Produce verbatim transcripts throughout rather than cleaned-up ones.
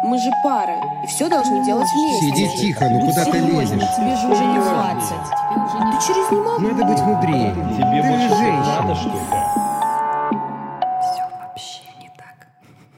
Мы же пара, и все должны делать вместе. Сиди тихо, ну куда ты лезешь? Тебе же уже не двадцать. Ты через не мог? Надо быть мудрее. Тебе Ты больше же женщина. надо, что ли? Все вообще не так.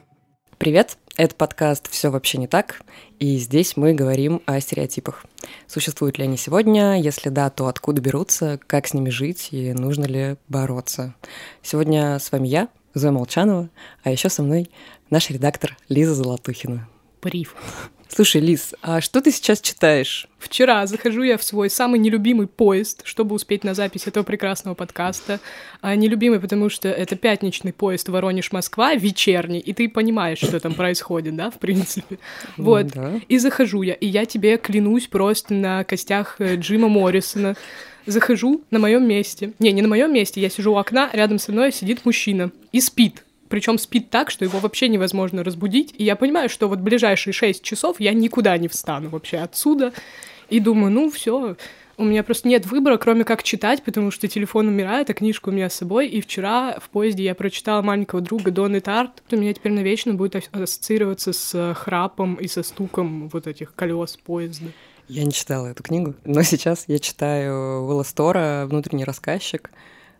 Привет, это подкаст «Все вообще не так», и здесь мы говорим о стереотипах. Существуют ли они сегодня? Если да, то откуда берутся, как с ними жить и нужно ли бороться? Сегодня с вами я, Зоя Молчанова, а еще со мной наш редактор Лиза Золотухина. Прив. Слушай, Лиз, а что ты сейчас читаешь? Вчера захожу я в свой самый нелюбимый поезд, чтобы успеть на запись этого прекрасного подкаста. А нелюбимый, потому что это пятничный поезд Воронеж-Москва, вечерний, и ты понимаешь, что там происходит, да, в принципе. Вот. Да. И захожу я, и я тебе клянусь просто на костях э, Джима Моррисона. Захожу на моем месте. Не, не на моем месте, я сижу у окна, рядом со мной сидит мужчина и спит. Причем спит так, что его вообще невозможно разбудить. И я понимаю, что вот ближайшие шесть часов я никуда не встану вообще отсюда. И думаю, ну все, у меня просто нет выбора, кроме как читать, потому что телефон умирает, а книжка у меня с собой. И вчера в поезде я прочитала «Маленького друга» Донны Тарт. У меня теперь навечно будет ассоциироваться с храпом и со стуком вот этих колес поезда. Я не читала эту книгу, но сейчас я читаю Уилла Стора «Внутренний рассказчик»,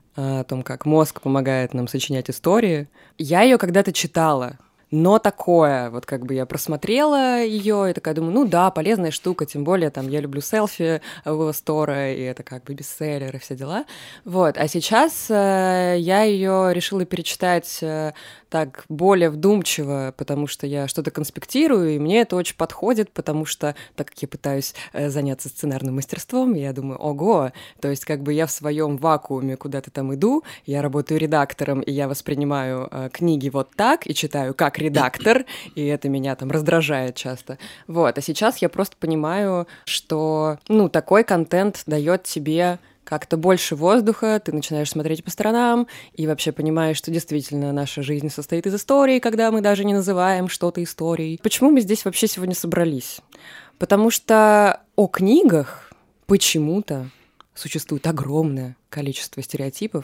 о том, как мозг помогает нам сочинять истории. Я ее когда-то читала, но такое, вот как бы я просмотрела ее и такая думаю, ну да, полезная штука, тем более там я люблю селфи Уилла Стора, и это как бы бестселлер и все дела. Вот, а сейчас э, я ее решила перечитать э, так более вдумчиво, потому что я что-то конспектирую, и мне это очень подходит, потому что, так как я пытаюсь э, заняться сценарным мастерством, я думаю, ого, то есть как бы я в своем вакууме куда-то там иду, я работаю редактором, и я воспринимаю э, книги вот так, и читаю как редактор, и это меня там раздражает часто. Вот, а сейчас я просто понимаю, что, ну, такой контент дает тебе как-то больше воздуха, ты начинаешь смотреть по сторонам и вообще понимаешь, что действительно наша жизнь состоит из историй, когда мы даже не называем что-то историей. Почему мы здесь вообще сегодня собрались? Потому что о книгах почему-то существует огромное количество стереотипов,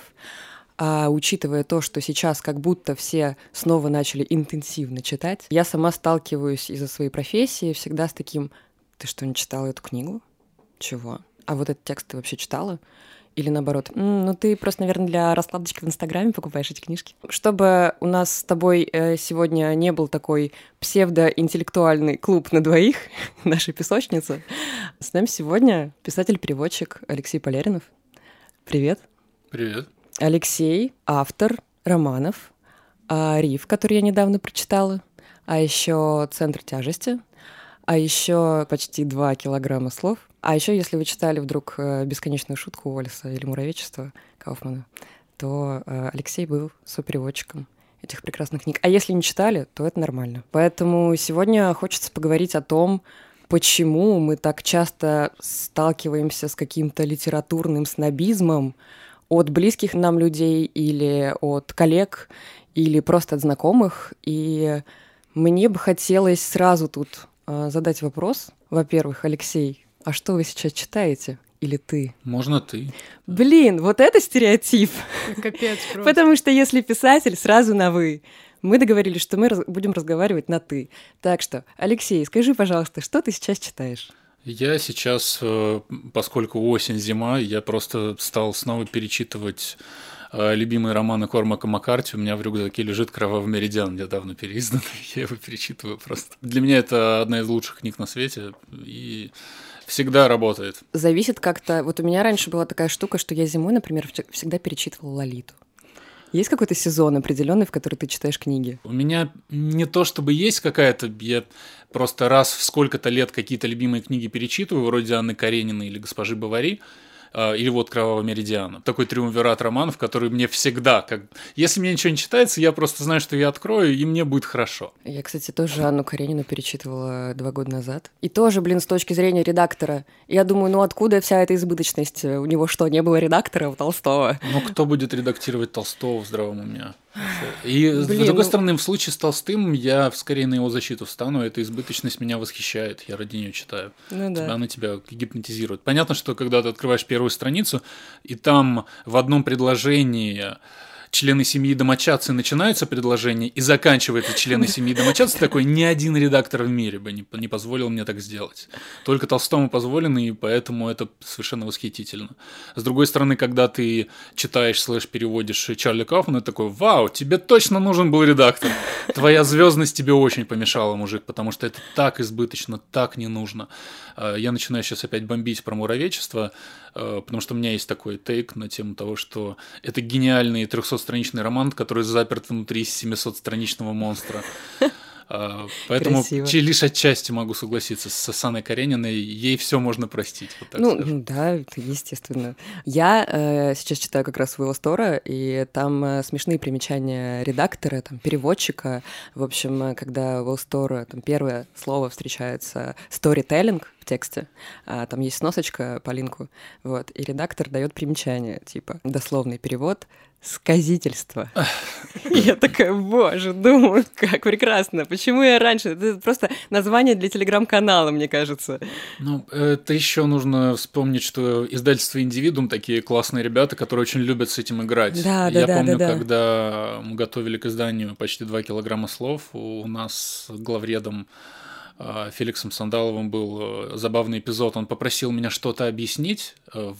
а учитывая то, что сейчас как будто все снова начали интенсивно читать, я сама сталкиваюсь из-за своей профессии всегда с таким: «Ты что, не читала эту книгу? Чего? А вот этот текст ты вообще читала?» Или наоборот, «М, ну ты просто, наверное, для раскладочки в Инстаграме покупаешь эти книжки». Чтобы у нас с тобой э, сегодня не был такой псевдоинтеллектуальный клуб на двоих, наша песочница, с нами сегодня писатель-переводчик Алексей Поляринов. Привет. Привет. Алексей — автор романов а, «Риф», который я недавно прочитала, а еще «Центр тяжести», а еще почти два килограмма слов. А еще, если вы читали вдруг «Бесконечную шутку» Уоллеса или «Муравейчество» Кауфмана, то а, Алексей был сопереводчиком этих прекрасных книг. А если не читали, то это нормально. Поэтому сегодня хочется поговорить о том, почему мы так часто сталкиваемся с каким-то литературным снобизмом от близких нам людей или от коллег, или просто от знакомых. И мне бы хотелось сразу тут э, задать вопрос. Во-первых, Алексей, а что вы сейчас читаете? Или ты? Можно ты. Блин, вот это стереотип. Капец просто. Потому что если писатель, сразу на «вы». Мы договорились, что мы раз- будем разговаривать на «ты». Так что, Алексей, скажи, пожалуйста, что ты сейчас читаешь? Я сейчас, э, поскольку осень, зима, я просто стал снова перечитывать э, любимые романы Кормака Маккарти. У меня в рюкзаке лежит «Кровавый меридиан», недавно переизданный. Я его перечитываю просто. Для меня это одна из лучших книг на свете и всегда работает. Зависит как-то... Вот у меня раньше была такая штука, что я зимой, например, вч- всегда перечитывала «Лолиту». Есть какой-то сезон определенный, в который ты читаешь книги? У меня не то чтобы есть какая-то, я просто раз в сколько-то лет какие-то любимые книги перечитываю, вроде Анны Карениной или «Госпожи Бовари», э, или вот «Кровавого меридиана». Такой триумвират романов, который мне всегда, как... если мне ничего не читается, я просто знаю, что я открою, и мне будет хорошо. Я, кстати, тоже Анну Каренину перечитывала два года назад. И тоже, блин, с точки зрения редактора. Я думаю, ну откуда вся эта избыточность? У него что, не было редактора у Толстого? Ну, кто будет редактировать Толстого в здравом уме? И, Блин, с другой ну... стороны, в случае с Толстым я скорее на его защиту встану. Эта избыточность меня восхищает. Я ради нее читаю. Ну, да. Она тебя гипнотизирует. Понятно, что когда ты открываешь первую страницу, и там в одном предложении члены семьи домочадцы начинается предложение и заканчивается члены семьи домочадцы, такой ни один редактор в мире бы не, не позволил мне так сделать. Только Толстому позволено, и поэтому это совершенно восхитительно. С другой стороны, когда ты читаешь слэш переводишь Чарли Кауфмана, ты такой: вау, тебе точно нужен был редактор. Твоя звездность тебе очень помешала, мужик, потому что это так избыточно, так не нужно. Я начинаю сейчас опять бомбить про муравейчество, потому что у меня есть такой тейк на тему того, что это гениальный трехсотстраничный роман, который заперт внутри семисотстраничного монстра. Поэтому Красиво. Лишь отчасти могу согласиться с Саной Карениной, ей все можно простить. Вот так ну, скажем. ну да, это естественно. Я э, сейчас читаю как раз Уилла Стора, и там э, смешные примечания редактора, там, переводчика. В общем, э, когда Уилл Стора, там первое слово встречается storytelling в тексте, а там есть сносочка по линку, вот, и редактор дает примечание, типа, дословный перевод «сказительство». Я такая: боже, думаю, как прекрасно. Почему я раньше? Это просто название для телеграм-канала, мне кажется. Ну, это еще нужно вспомнить, что издательство «Индивидуум» такие классные ребята, которые очень любят с этим играть. Да, да, Я да, помню, да, да. когда мы готовили к изданию почти два килограмма слов, у нас с главредом Феликсом Сандаловым был забавный эпизод. Он попросил меня что-то объяснить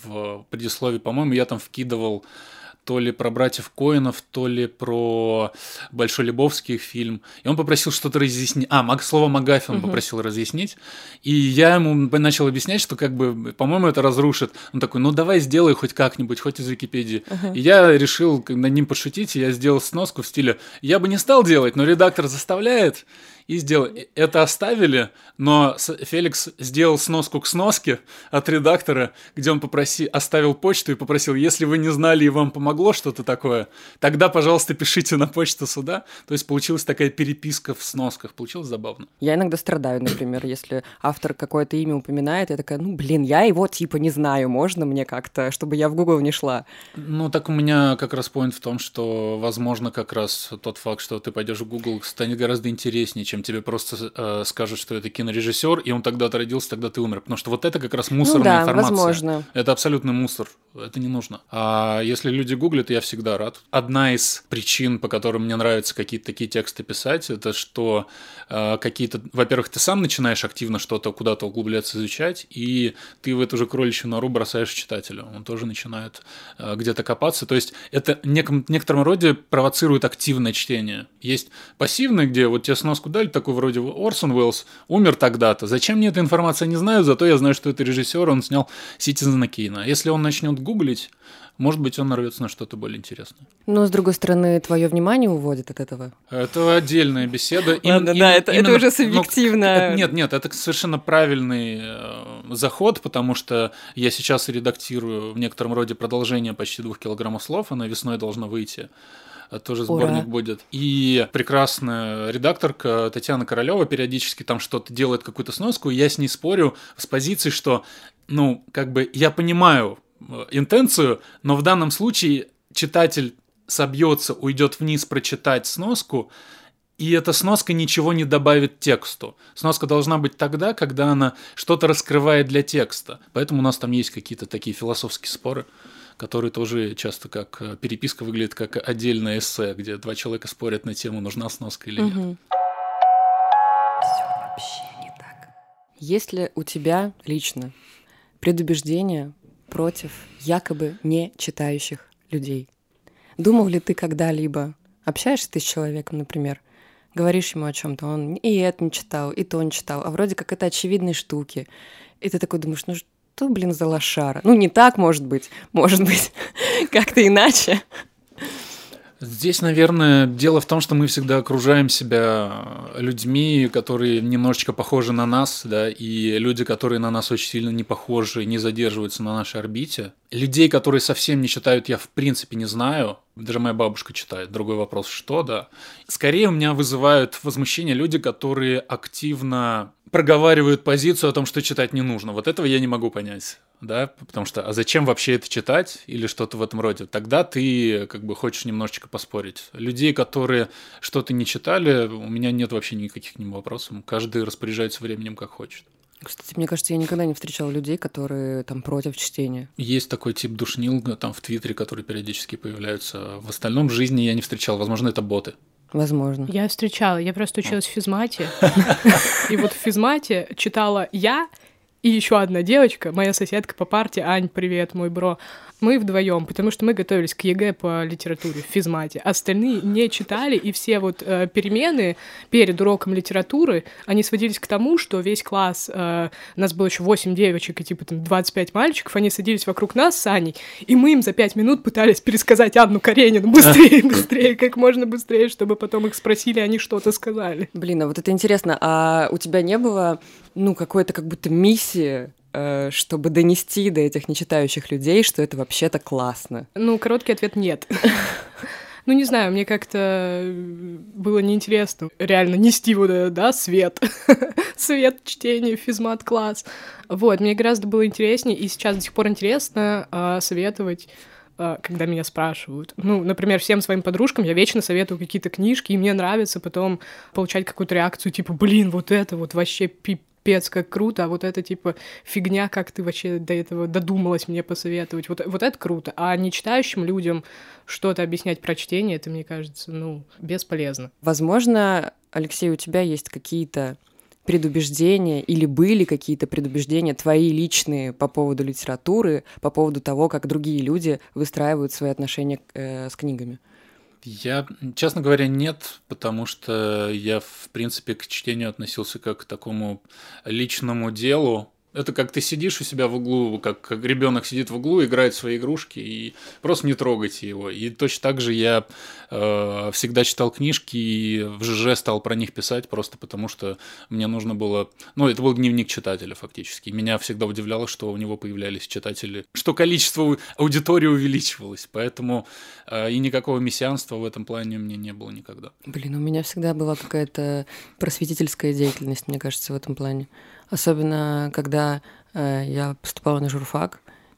в предисловии, по-моему, я там вкидывал то ли про братьев Коэнов, то ли про Большой Лебовский фильм. И он попросил что-то разъяснить. А, слово «Магафи» он uh-huh. попросил разъяснить. И я ему начал объяснять, что, как бы, по-моему, это разрушит. Он такой: ну давай сделай хоть как-нибудь, хоть из Википедии. Uh-huh. И я решил над ним пошутить, и я сделал сноску в стиле: я бы не стал делать, но редактор заставляет. И сделал. Это оставили, но Феликс сделал сноску к сноске от редактора, где он попросил, оставил почту и попросил: если вы не знали и вам помогло что-то такое, тогда, пожалуйста, пишите на почту сюда. То есть получилась такая переписка в сносках. Получилось забавно. Я иногда страдаю, например, если автор какое-то имя упоминает, я такая: ну, блин, я его типа не знаю, можно мне как-то, чтобы я в Google не шла? Ну, так у меня как раз поинт в том, что, возможно, как раз тот факт, что ты пойдешь в Google, станет гораздо интереснее, чем тебе просто э, скажут, что это кинорежиссер, и он тогда-то родился, тогда ты умер. Потому что вот это как раз мусорная ну, да, информация. Возможно. Это абсолютный мусор. Это не нужно. А если люди гуглят, я всегда рад. Одна из причин, по которым мне нравится какие-то такие тексты писать, это что э, какие-то... Во-первых, ты сам начинаешь активно что-то куда-то углубляться, изучать, и ты в эту же кроличью нору бросаешь читателю. Он тоже начинает э, где-то копаться. То есть это в неком, некотором роде провоцирует активное чтение. Есть пассивное, где вот тебе сноску дали, такой вроде: Орсон Уэллс умер тогда-то. Зачем мне эта информация, не знаю, зато я знаю, что это режиссер, он снял Ситизена Кейна. Если он начнет гуглить, может быть, он нарвется на что-то более интересное. Но, с другой стороны, твое внимание уводит от этого. Это отдельная беседа. Ладно, Им, да, им, это, именно, это уже субъективно. Ну, нет, нет, это совершенно правильный э, заход, потому что я сейчас редактирую в некотором роде продолжение почти двух килограммов слов, она весной должна выйти. Тоже сборник Ура. Будет. И прекрасная редакторка Татьяна Королева периодически там что-то делает, какую-то сноску, и я с ней спорю с позиции, что, ну, как бы я понимаю интенцию, но в данном случае читатель собьется, уйдет вниз прочитать сноску, и эта сноска ничего не добавит тексту. Сноска должна быть тогда, когда она что-то раскрывает для текста. Поэтому у нас там есть какие-то такие философские споры, которые тоже часто как переписка выглядит как отдельное эссе, где два человека спорят на тему, нужна сноска или нет. Угу. Все вообще не так. Есть ли у тебя лично предубеждение против якобы не читающих людей? Думал ли ты когда-либо, общаешься ты с человеком, например, говоришь ему о чем-то, он и это не читал, и то не читал, а вроде как это очевидные штуки, и ты такой думаешь: ну что, блин, за лошара? Ну, не так, может быть, может быть, как-то иначе. Здесь, наверное, дело в том, что мы всегда окружаем себя людьми, которые немножечко похожи на нас, да, и люди, которые на нас очень сильно не похожи, не задерживаются на нашей орбите. Людей, которые совсем не читают, я в принципе не знаю. Даже моя бабушка читает. Другой вопрос, что, да. Скорее у меня вызывают возмущение люди, которые активно проговаривают позицию о том, что читать не нужно. Вот этого я не могу понять. Да, потому что, а зачем вообще это читать или что-то в этом роде? Тогда ты как бы хочешь немножечко поспорить. Людей, которые что-то не читали, у меня нет вообще никаких к ним вопросов. Каждый распоряжается временем как хочет. Кстати, мне кажется, я никогда не встречала людей, которые там против чтения. Есть такой тип душнил там в Твиттере, которые периодически появляются. В остальном в жизни я не встречал. Возможно, это боты. Возможно. Я встречала, я просто училась в физмате. И вот в физмате читала я и еще одна девочка, моя соседка по парте, Ань, привет, мой бро. Мы вдвоем, потому что мы готовились к ЕГЭ по литературе в физмате. Остальные не читали, и все вот э, перемены перед уроком литературы, они сводились к тому, что весь класс, э, у нас было еще восемь девочек и типа там двадцать пять мальчиков, они садились вокруг нас с Аней, и мы им за пять минут пытались пересказать Анну Каренину быстрее, быстрее, как можно быстрее, чтобы потом их спросили, они что-то сказали. Блин, а вот это интересно, а у тебя не было, ну, какой-то как будто миссии, чтобы донести до этих нечитающих людей, что это вообще-то классно? Ну, короткий ответ — нет. Ну, не знаю, мне как-то было неинтересно реально нести вот это, да, свет. Свет чтения, физмат-класс. Вот, мне гораздо было интереснее, и сейчас до сих пор интересно а, советовать, а, когда меня спрашивают. Ну, например, всем своим подружкам я вечно советую какие-то книжки, и мне нравится потом получать какую-то реакцию, типа, блин, вот это вот вообще пипец. Пец, как круто, а вот это, типа, фигня, как ты вообще до этого додумалась мне посоветовать. Вот, вот это круто. А не читающим людям что-то объяснять про чтение, это, мне кажется, ну, бесполезно. Возможно, Алексей, у тебя есть какие-то предубеждения или были какие-то предубеждения твои личные по поводу литературы, по поводу того, как другие люди выстраивают свои отношения э, с книгами? Я, честно говоря, нет, потому что я, в принципе, к чтению относился как к такому личному делу. Это как ты сидишь у себя в углу, как, как ребенок сидит в углу, играет в свои игрушки, и просто не трогайте его. И точно так же я э, всегда читал книжки, и в ЖЖ стал про них писать, просто потому что мне нужно было... Ну, это был дневник читателя, фактически. И меня всегда удивляло, что у него появлялись читатели, что количество аудитории увеличивалось. Поэтому э, и никакого мессианства в этом плане у меня не было никогда. Блин, у меня всегда была какая-то просветительская деятельность, мне кажется, в этом плане. Особенно, когда э, я поступала на журфак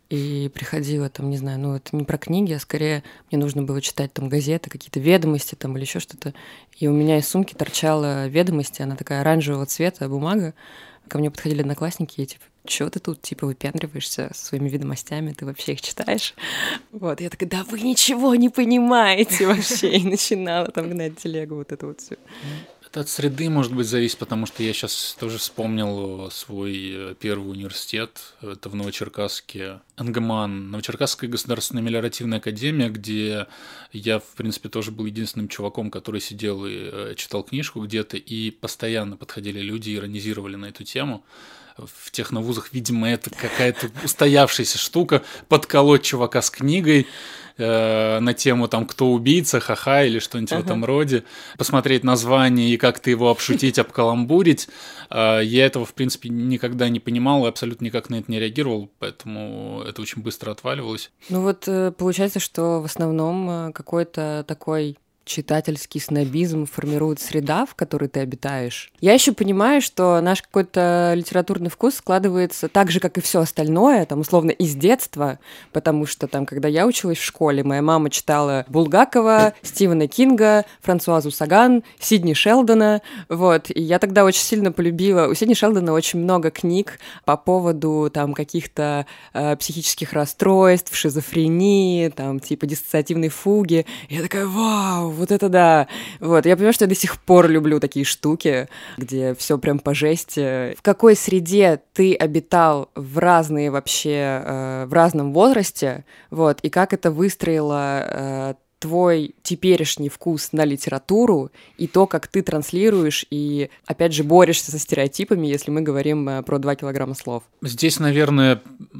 и приходила, там, не знаю, ну, это не про книги, а скорее мне нужно было читать там газеты, какие-то ведомости там или еще что-то. И у меня из сумки торчала ведомости, она такая оранжевого цвета, бумага. Ко мне подходили одноклассники и типа, чё ты тут, типа, выпендриваешься своими ведомостями, ты вообще их читаешь? Вот, я такая, да вы ничего не понимаете вообще, и начинала там гнать телегу, вот это вот все. Это от среды, может быть, зависит, потому что я сейчас тоже вспомнил свой первый университет. Это в Новочеркасске. НГМАН, Новочеркасская государственная мелиоративная академия, где я, в принципе, тоже был единственным чуваком, который сидел и читал книжку где-то, и постоянно подходили люди и иронизировали на эту тему. В техновузах, видимо, это какая-то устоявшаяся штука, подколоть чувака с книгой э, на тему там «Кто убийца?», «Ха-ха» или что-нибудь uh-huh. в этом роде, посмотреть название и как-то его обшутить, обкаламбурить. Э, я этого, в принципе, никогда не понимал и абсолютно никак на это не реагировал, поэтому это очень быстро отваливалось. Ну вот получается, что в основном какой-то такой... читательский снобизм формирует среда, в которой ты обитаешь. Я еще понимаю, что наш какой-то литературный вкус складывается так же, как и все остальное, там, условно, из детства, потому что там, когда я училась в школе, моя мама читала Булгакова, Стивена Кинга, Франсуазу Саган, Сидни Шелдона, вот, и я тогда очень сильно полюбила... У Сидни Шелдона очень много книг по поводу там каких-то э, психических расстройств, шизофрении, там, типа диссоциативной фуги. И я такая, вау, вот это да. Вот, я понимаю, что я до сих пор люблю такие штуки, где все прям по жести. В какой среде ты обитал в разные вообще, э, в разном возрасте, вот, и как это выстроило э, твой теперешний вкус на литературу и то, как ты транслируешь и, опять же, борешься со стереотипами, если мы говорим э, про два килограмма слов. Здесь, наверное,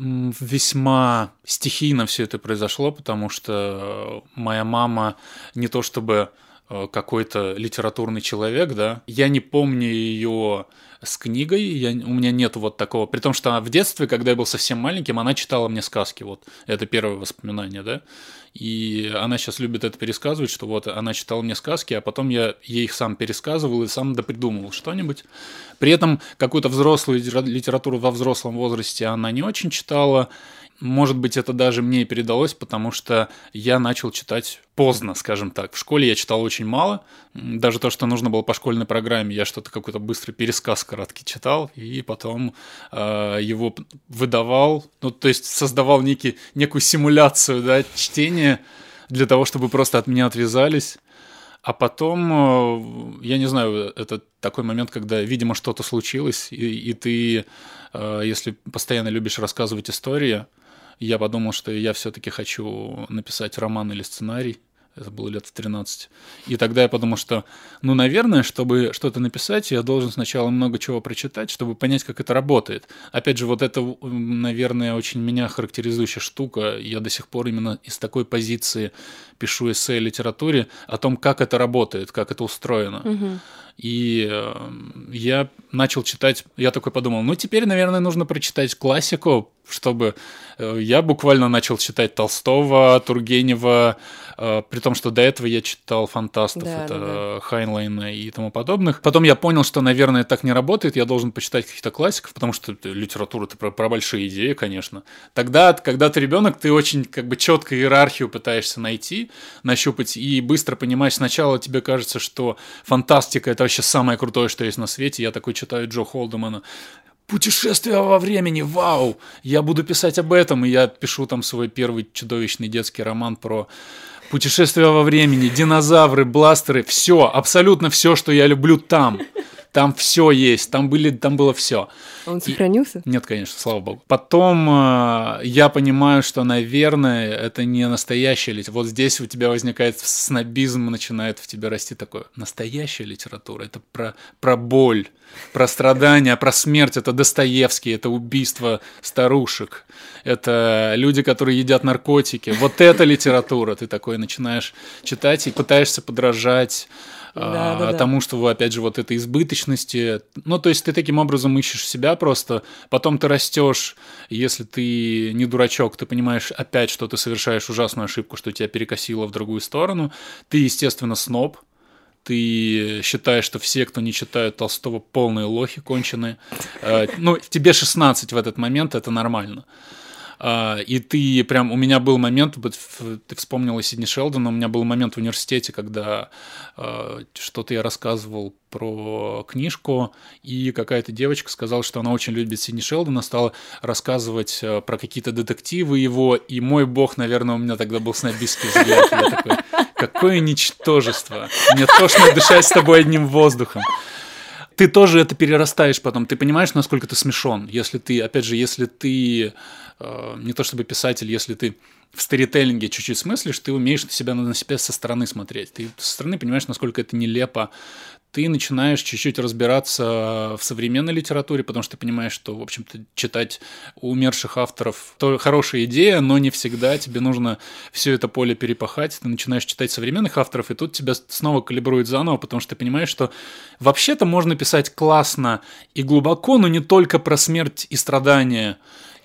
весьма стихийно все это произошло, потому что моя мама не то чтобы какой-то литературный человек, да, я не помню ее с книгой, я, у меня нет вот такого, при том, что в детстве, когда я был совсем маленьким, она читала мне сказки, вот, это первое воспоминание, да, и она сейчас любит это пересказывать, что вот она читала мне сказки, а потом я ей их сам пересказывал и сам допридумывал что-нибудь. При этом какую-то взрослую литературу во взрослом возрасте она не очень читала. Может быть, это даже мне и передалось, потому что я начал читать поздно, скажем так. В школе я читал очень мало. Даже то, что нужно было по школьной программе, я что-то, какой-то быстрый пересказ вкратке читал, и потом э, его выдавал, ну, то есть создавал некий, некую симуляцию, да, чтения для того, чтобы просто от меня отвязались. А потом, я не знаю, это такой момент, когда, видимо, что-то случилось, и, и ты, если постоянно любишь рассказывать истории, я подумал, что я все-таки хочу написать роман или сценарий. Это было лет в тринадцать. И тогда я подумал, что, ну, наверное, чтобы что-то написать, я должен сначала много чего прочитать, чтобы понять, как это работает. Опять же, вот это, наверное, очень меня характеризующая штука. Я до сих пор именно из такой позиции пишу эссе о литературе, о том, как это работает, как это устроено. Угу. И э, я начал читать, я такой подумал, ну, теперь, наверное, нужно прочитать классику, чтобы... Э, я буквально начал читать Толстого, Тургенева, э, при том, что до этого я читал фантастов, да, это да, да. Хайнлайна и тому подобных. Потом я понял, что, наверное, так не работает, я должен почитать каких-то классиков, потому что литература — это про, про большие идеи, конечно. Тогда, когда ты ребенок, ты очень как бы четко иерархию пытаешься найти, нащупать, и быстро понимаешь, сначала тебе кажется, что фантастика — это вообще самое крутое, что есть на свете. Я такой читаю Джо Холдемана. Путешествие во времени, вау! Я буду писать об этом, и я пишу там свой первый чудовищный детский роман про путешествие во времени, динозавры, бластеры, все, абсолютно все, что я люблю там. Там все есть, там, были, там было все. Он сохранился? И... Нет, конечно, слава богу. Потом э, я понимаю, что, наверное, это не настоящая литература. Вот здесь у тебя возникает снобизм, начинает в тебе расти такое. Настоящая литература — это про, про боль, про страдания, про смерть. Это Достоевский, это убийство старушек, это люди, которые едят наркотики. Вот это литература. Ты такой начинаешь читать и пытаешься подражать Да, да, да. тому, что, опять же, вот этой избыточности. Ну, то есть ты таким образом ищешь себя просто, потом ты растешь, если ты не дурачок, ты понимаешь опять, что ты совершаешь ужасную ошибку, что тебя перекосило в другую сторону. Ты, естественно, сноб. Ты считаешь, что все, кто не читают Толстого, полные лохи конченые. Ну, тебе шестнадцать в этот момент, это нормально. Uh, и ты прям... У меня был момент, ты вспомнила Сидни Шелдона, у меня был момент в университете, когда uh, что-то я рассказывал про книжку, и какая-то девочка сказала, что она очень любит Сидни Шелдона, стала рассказывать uh, про какие-то детективы его, и мой бог, наверное, у меня тогда был снобистский взгляд. Я такой, какое ничтожество! Мне тошно дышать с тобой одним воздухом. Ты тоже это перерастаешь потом, ты понимаешь, насколько ты смешон, если ты, опять же, если ты, э, не то чтобы писатель, если ты в сторителлинге чуть-чуть смыслишь, ты умеешь на себя, на себя со стороны смотреть, ты со стороны понимаешь, насколько это нелепо, ты начинаешь чуть-чуть разбираться в современной литературе, потому что ты понимаешь, что, в общем-то, читать умерших авторов – то хорошая идея, но не всегда тебе нужно все это поле перепахать. Ты начинаешь читать современных авторов, и тут тебя снова калибрует заново, потому что ты понимаешь, что вообще-то можно писать классно и глубоко, но не только про смерть и страдания.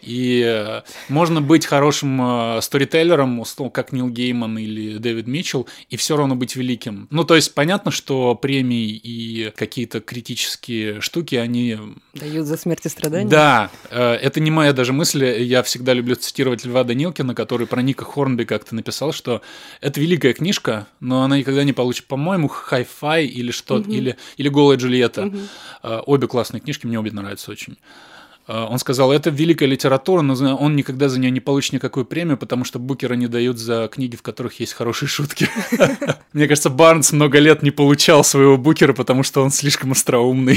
И можно быть хорошим сторителлером, как Нил Гейман или Дэвид Митчелл, и все равно быть великим. Ну, то есть понятно, что премии и какие-то критические штуки, они... Дают за смерть и страдания? Да, это не моя даже мысль. Я всегда люблю цитировать Льва Данилкина, который про Ника Хорнби как-то написал, что это великая книжка, но она никогда не получит, по-моему, Хай-Фай или что-то, угу. или, или Голая Джульетта. Угу. Обе классные книжки, мне обе нравятся очень. Он сказал, это великая литература, но он никогда за нее не получит никакую премию, потому что букеры не дают за книги, в которых есть хорошие шутки. Мне кажется, Барнс много лет не получал своего букера, потому что он слишком остроумный.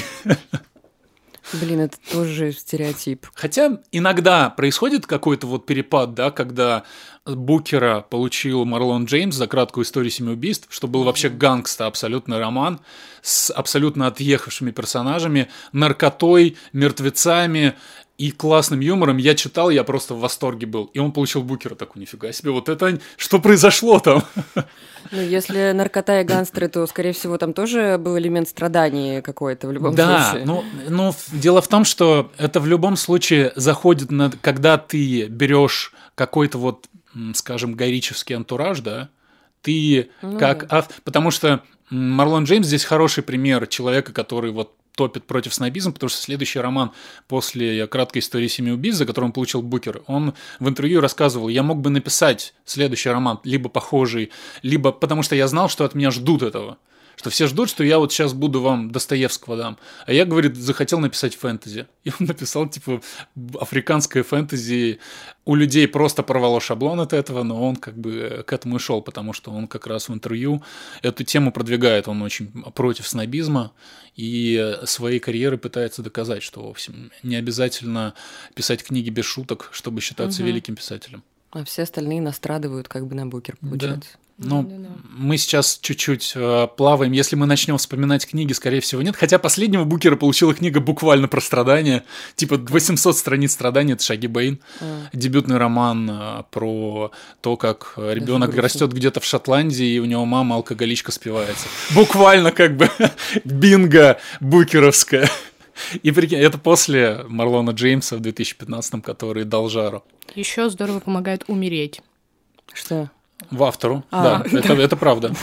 Блин, это тоже стереотип. Хотя иногда происходит какой-то вот перепад, да, когда букера получил Марлон Джеймс за краткую историю семи убийств, что был вообще гангста, абсолютный роман с абсолютно отъехавшими персонажами, наркотой, мертвецами и классным юмором. Я читал, я просто в восторге был. И он получил букера, такой, нифига себе, вот это, что произошло там? Ну, если наркота и гангстеры, то, скорее всего, там тоже был элемент страданий какой-то в любом да, случае. Да, ну, ну, дело в том, что это в любом случае заходит, на, когда ты берешь какой-то вот, скажем, героический антураж, да, ты ну, как... Да. Потому что Марлон Джеймс здесь хороший пример человека, который вот топит против снобизма, потому что следующий роман после краткой истории семи убийств, за который он получил букер, он в интервью рассказывал, я мог бы написать следующий роман, либо похожий, либо потому что я знал, что от меня ждут этого, что все ждут, что я вот сейчас буду вам Достоевского дам. А я, говорит, захотел написать фэнтези. И он написал, типа, африканское фэнтези. У людей просто порвало шаблон от этого, но он как бы к этому и шел, потому что он как раз в интервью эту тему продвигает. Он очень против снобизма и своей карьеры пытается доказать, что, в общем, не обязательно писать книги без шуток, чтобы считаться угу. великим писателем. А все остальные настрадывают как бы на букер, получается. Да. Ну, да, да, да. Мы сейчас чуть-чуть э, плаваем. Если мы начнем вспоминать книги, скорее всего, нет. Хотя последнего Букера получила книга буквально про страдания. Типа восемьсот страниц страданий, это Шаги Бэйн. А. Дебютный роман э, про то, как ребенок растет где-то в Шотландии, и у него мама алкоголичка спивается. Буквально как бы бинго букеровская. И прикинь, это после Марлона Джеймса в две тысячи пятнадцатом, который дал жару. Еще здорово помогает умереть. Что? В автору, а, да, да. Это, это правда.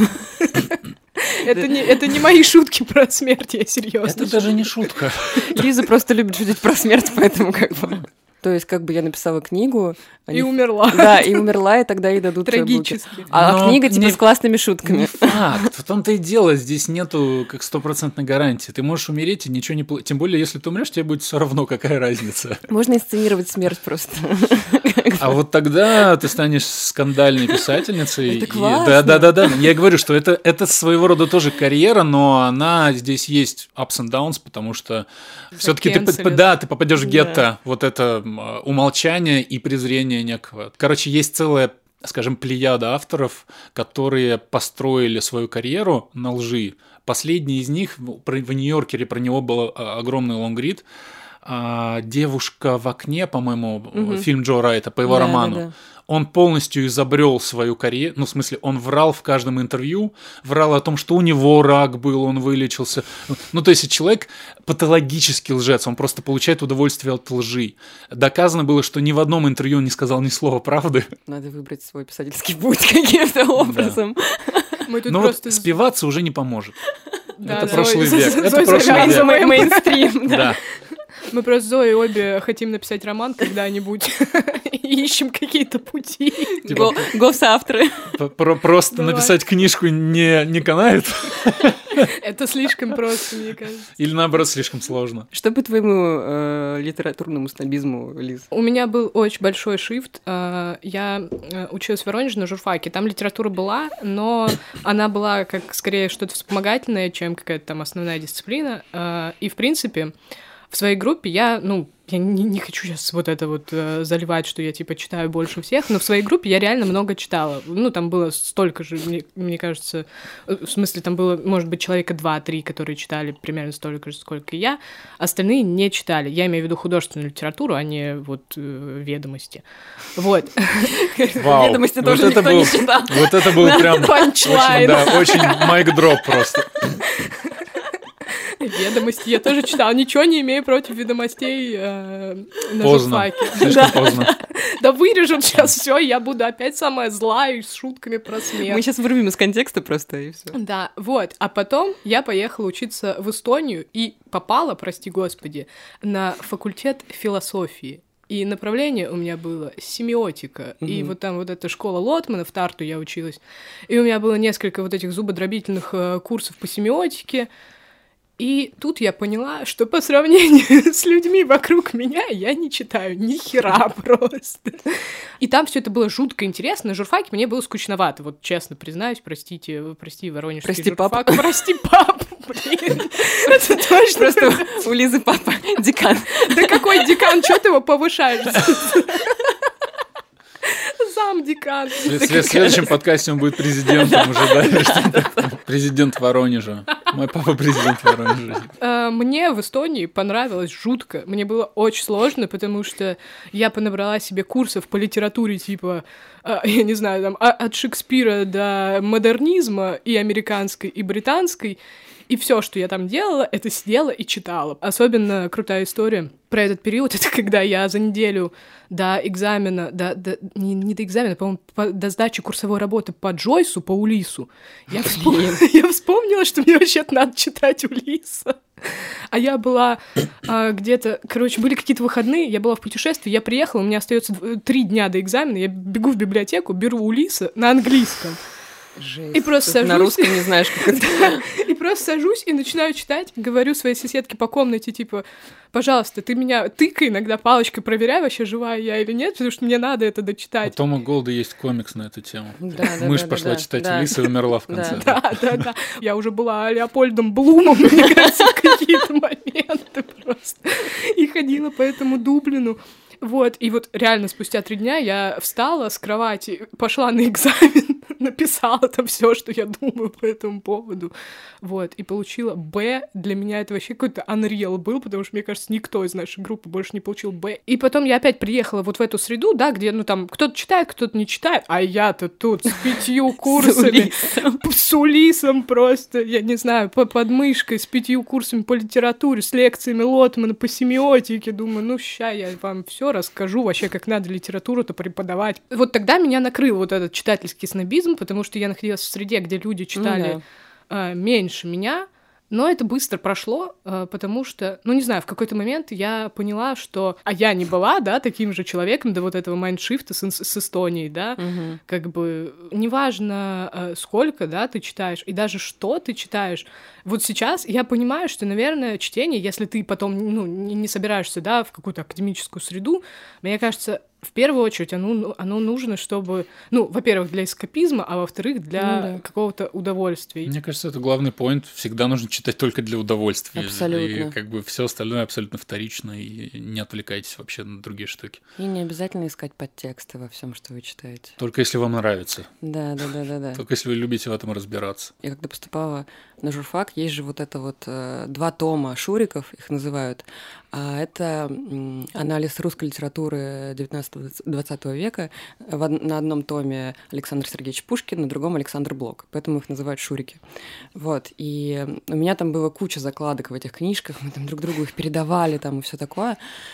Это не, это не мои шутки про смерть, я серьезно. Это даже не шутка. Лиза просто любит шутить про смерть, поэтому как бы... То есть, как бы я написала книгу... Они... И умерла. Да, и умерла, и тогда ей дадут... Трагически. А Но книга типа не... с классными шутками. Не факт. В том-то и дело. Здесь нету как стопроцентной гарантии. Ты можешь умереть, и ничего не... Тем более, если ты умрешь, тебе будет все равно, какая разница. Можно инсценировать смерть просто. А вот тогда ты станешь скандальной писательницей. Это классно. Да-да-да. Я говорю, что это, это своего рода тоже карьера, но она здесь есть ups and downs, потому что все-таки ты, да, ты попадешь в гетто. Да. Вот это умолчание и презрение некого. Короче, есть целая, скажем, плеяда авторов, которые построили свою карьеру на лжи. Последний из них, в Нью-Йоркере про него был огромный лонгрид, «Девушка в окне», по-моему, угу. фильм Джо Райта по его да, роману. Да, да. Он полностью изобрел свою карьеру, ну, в смысле, он врал в каждом интервью, врал о том, что у него рак был, он вылечился. Ну, то есть человек патологический лжец, он просто получает удовольствие от лжи. Доказано было, что ни в одном интервью он не сказал ни слова правды. Надо выбрать свой писательский путь каким-то образом. Да. Но просто... вот спиваться уже не поможет. Да, это да, прошлый Зой, век. Зой, это Зой, прошлый век. Мейнстрим, да. Да. Мы просто с Зоей обе хотим написать роман когда-нибудь и ищем какие-то пути. Типа, Госсоавторы. Просто Давай. Написать книжку не, не канает? Это слишком просто, мне кажется. Или наоборот, слишком сложно. Что по твоему э, литературному снобизму, Лиз? У меня был очень большой шифт. Я училась в Воронеже на журфаке. Там литература была, но она была как скорее что-то вспомогательное, чем какая-то там основная дисциплина. И, в принципе, в своей группе я, ну, я не, не хочу сейчас вот это вот э, заливать, что я, типа, читаю больше всех, но в своей группе я реально много читала. Ну, там было столько же, мне, мне кажется, в смысле, там было, может быть, человека два-три, которые читали примерно столько же, сколько и я, остальные не читали. Я имею в виду художественную литературу, а не вот э, ведомости. Вот. Ведомости тоже никто не читал. Вот это был прям очень майк-дроп просто. Ведомости я тоже читала. Ничего не имею против ведомостей э, на поздно. журфаке. Слишком да. поздно. Да вырежут сейчас все, я буду опять самая злая и с шутками про смерть. Мы сейчас вырвем из контекста просто, и все. Да, вот. А потом я поехала учиться в Эстонию и попала, прости господи, на факультет философии. И направление у меня было семиотика. Mm-hmm. И вот там вот эта школа Лотмана, в Тарту я училась. И у меня было несколько вот этих зубодробительных э, курсов по семиотике. И тут я поняла, что по сравнению с людьми вокруг меня я не читаю ни хера просто. И там все это было жутко интересно. На журфаке мне было скучновато. Вот честно признаюсь, простите, прости, воронежский прости, журфак. Папа. Прости, папа. Блин, это точно. Просто у Лизы папа декан. Да какой декан? Чё ты его повышаешь? Зам декан. В следующем подкасте он будет президентом уже, да? Президент Воронежа. Мой папа президент Воронежа. Мне в Эстонии понравилось жутко. Мне было очень сложно, потому что я понабрала себе курсов по литературе типа, я не знаю, там, от Шекспира до модернизма и американской, и британской. И все, что я там делала, это сидела и читала. Особенно крутая история про этот период, это когда я за неделю до экзамена, до, до, не, не до экзамена, по-моему, по, до сдачи курсовой работы по Джойсу, по Улису, я вспомнила, я вспомнила, что мне вообще-то надо читать Улиса. А я была а, где-то... Короче, были какие-то выходные, я была в путешествии, я приехала, у меня остается три дня до экзамена, я бегу в библиотеку, беру Улиса на английском. Жесть. И просто Тут на сажусь. русском не знаешь, как это. И просто сажусь и начинаю читать, говорю своей соседке по комнате, типа, пожалуйста, ты меня тыкай иногда палочкой, проверяй, вообще живая я или нет, потому что мне надо это У дочитать. Тома Голда есть комикс на эту тему. Да, да, Мышь да, пошла да, читать да. Улисса и умерла в Да. конце. Да, да, да. Я уже была Леопольдом Блумом, мне кажется, в какие-то моменты просто. И ходила по этому Дублину. Вот, и вот реально спустя три дня я встала с кровати, пошла на экзамен, написала там все, что я думаю по этому поводу, вот, и получила Б. Для меня это вообще какой-то unreal был, потому что, мне кажется, никто из нашей группы больше не получил Б. И потом я опять приехала вот в эту среду, да, где, ну, там, кто-то читает, кто-то не читает, а я-то тут с пятью курсами, с Улисом просто, я не знаю, по подмышкой, с пятью курсами по литературе, с лекциями Лотмана по семиотике, думаю, ну, ща я вам все расскажу вообще, как надо литературу-то преподавать. Вот тогда меня накрыл вот этот читательский снобизм, потому что я находилась в среде, где люди читали Ну э, меньше меня, но это быстро прошло, э, потому что, ну, не знаю, в какой-то момент я поняла, что... А я не была, да, таким же человеком до вот этого майндшифта с, с Эстонией, да, Мгм. как бы неважно, э, сколько, да, ты читаешь, и даже что ты читаешь. Вот сейчас я понимаю, что, наверное, чтение, если ты потом, ну, не, не собираешься, да, в какую-то академическую среду, мне кажется, в первую очередь оно, оно нужно, чтобы, ну, во-первых, для эскапизма, а во-вторых, для Ну да. какого-то удовольствия. Мне кажется, это главный поинт. Всегда нужно читать только для удовольствия. Абсолютно. И как бы все остальное абсолютно вторично, и не отвлекайтесь вообще на другие штуки. И не обязательно искать подтексты во всем, что вы читаете. Только если вам нравится. Да, да, да, да, да. Только если вы любите в этом разбираться. Я когда поступала на журфак, есть же вот это вот э, два тома Шуриков, их называют. А это м, анализ русской литературы девятнадцатого-двадцатого века. В од- на одном томе Александр Сергеевич Пушкин, на другом Александр Блок. Поэтому их называют Шурики. Вот. И у меня там было куча закладок в этих книжках, мы там друг другу их передавали там и все такое.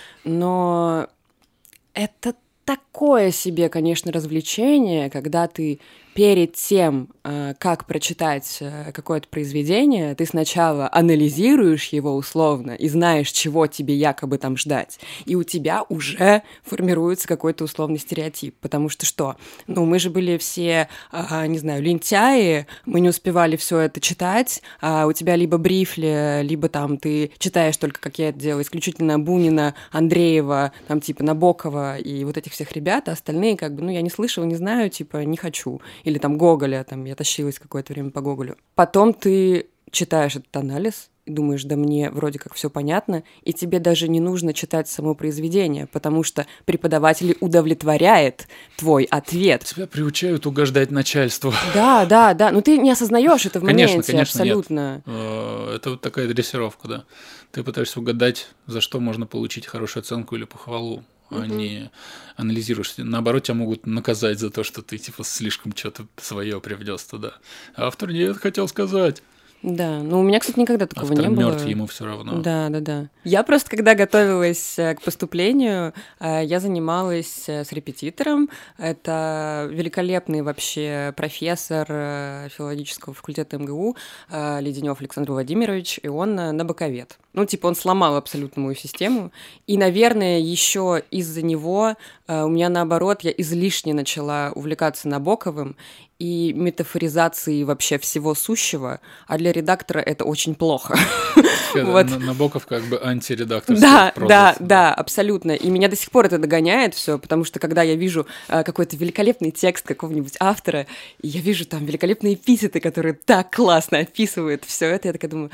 Но это такое себе, конечно, развлечение, когда ты перед тем, э, как прочитать э, какое-то произведение, ты сначала анализируешь его условно и знаешь, чего тебе якобы там ждать. И у тебя уже формируется какой-то условный стереотип. Потому что что? Ну, мы же были все, э, не знаю, лентяи, мы не успевали все это читать, а у тебя либо брифли, либо там ты читаешь только, как я это делаю, исключительно Бунина, Андреева, там типа Набокова и вот этих всех ребят, а остальные как бы, ну, я не слышала, не знаю, типа, не хочу. Или там Гоголя, там я тащилась какое-то время по Гоголю. Потом ты читаешь этот анализ и думаешь, да мне вроде как все понятно, и тебе даже не нужно читать само произведение, потому что преподаватель удовлетворяет твой ответ. Тебя приучают угождать начальству. Да, да, да. Ну ты не осознаешь это в Конечно, моменте, конечно, нет. абсолютно. Э, Это вот такая дрессировка, да. Ты пытаешься угадать, за что можно получить хорошую оценку или похвалу, а не анализируешь. Наоборот, тебя могут наказать за то, что ты типа слишком что-то свое привнес туда. Автор не это хотел сказать. Да, ну у меня, кстати, никогда такого Автор не было. мертв, ему все равно. Да, да, да. Я просто, когда готовилась э, к поступлению, э, я занималась э, с репетитором. Это великолепный вообще профессор э, филологического факультета МГУ э, Леденев Александр Владимирович, и он э, набоковед. Ну, типа, он сломал абсолютно мою систему. И, наверное, еще из-за него э, у меня, наоборот, я излишне начала увлекаться Набоковым и метафоризацией вообще всего сущего, а для редактора это очень плохо. Вот. Н- Набоков как бы антиредактор. Да, да, да, абсолютно. И меня до сих пор это догоняет все, потому что когда я вижу э, какой-то великолепный текст какого-нибудь автора, и я вижу там великолепные эпитеты, которые так классно описывают все это, я такая думаю,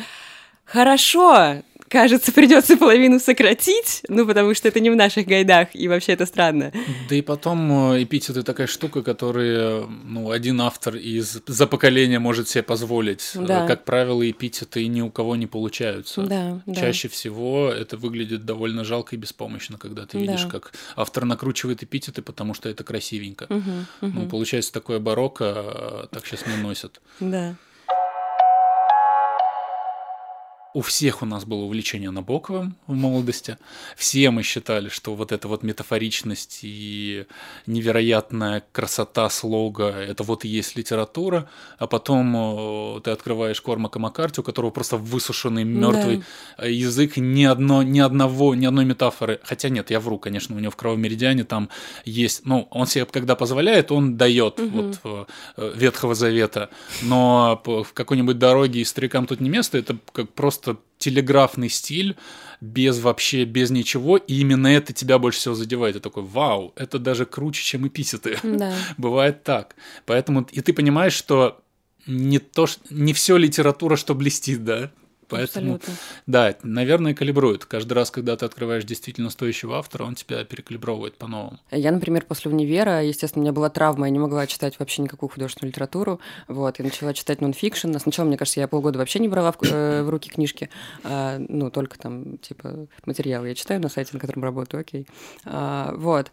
хорошо, кажется, придется половину сократить, ну, потому что это не в наших гайдах, и вообще это странно. Да и потом э, эпитеты такая штука, которую, ну, один автор из за поколения может себе позволить. Да. Э, Как правило, эпитеты ни у кого не получаются. Да, да. Чаще всего это выглядит довольно жалко и беспомощно, когда ты видишь, Да. как автор накручивает эпитеты, потому что это красивенько. Мгм, мгм. Ну, получается, такое барокко э, так сейчас не носят. Да. У всех у нас было увлечение Набоковым в молодости. Все мы считали, что вот эта вот метафоричность и невероятная красота слога – это вот и есть литература. А потом ты открываешь Кормака Маккарти, у которого просто высушенный мертвый да. язык, ни, одно, ни одного, ни одной метафоры. Хотя нет, я вру, конечно, у него в «Кровавом меридиане» там есть… Ну, он себе когда позволяет, он дает угу. вот, Ветхого Завета. Но в какой-нибудь «Дороге» и «Старикам тут не место» это как просто телеграфный стиль, без вообще, без ничего, и именно это тебя больше всего задевает. И такой, вау, это даже круче, чем эпитеты. Да. Бывает так. Поэтому и ты понимаешь, что не, то, не все литература, что блестит, да? Поэтому, абсолютно. Да, наверное, калибрует. Каждый раз, когда ты открываешь действительно стоящего автора, он тебя перекалибровывает по-новому. Я, например, после универа, естественно, у меня была травма, я не могла читать вообще никакую художественную литературу. Вот, я начала читать нонфикшн. Сначала, мне кажется, я полгода вообще не брала в, э, в руки книжки, а, ну, только там, типа, материалы я читаю на сайте, на котором работаю, окей. А, вот.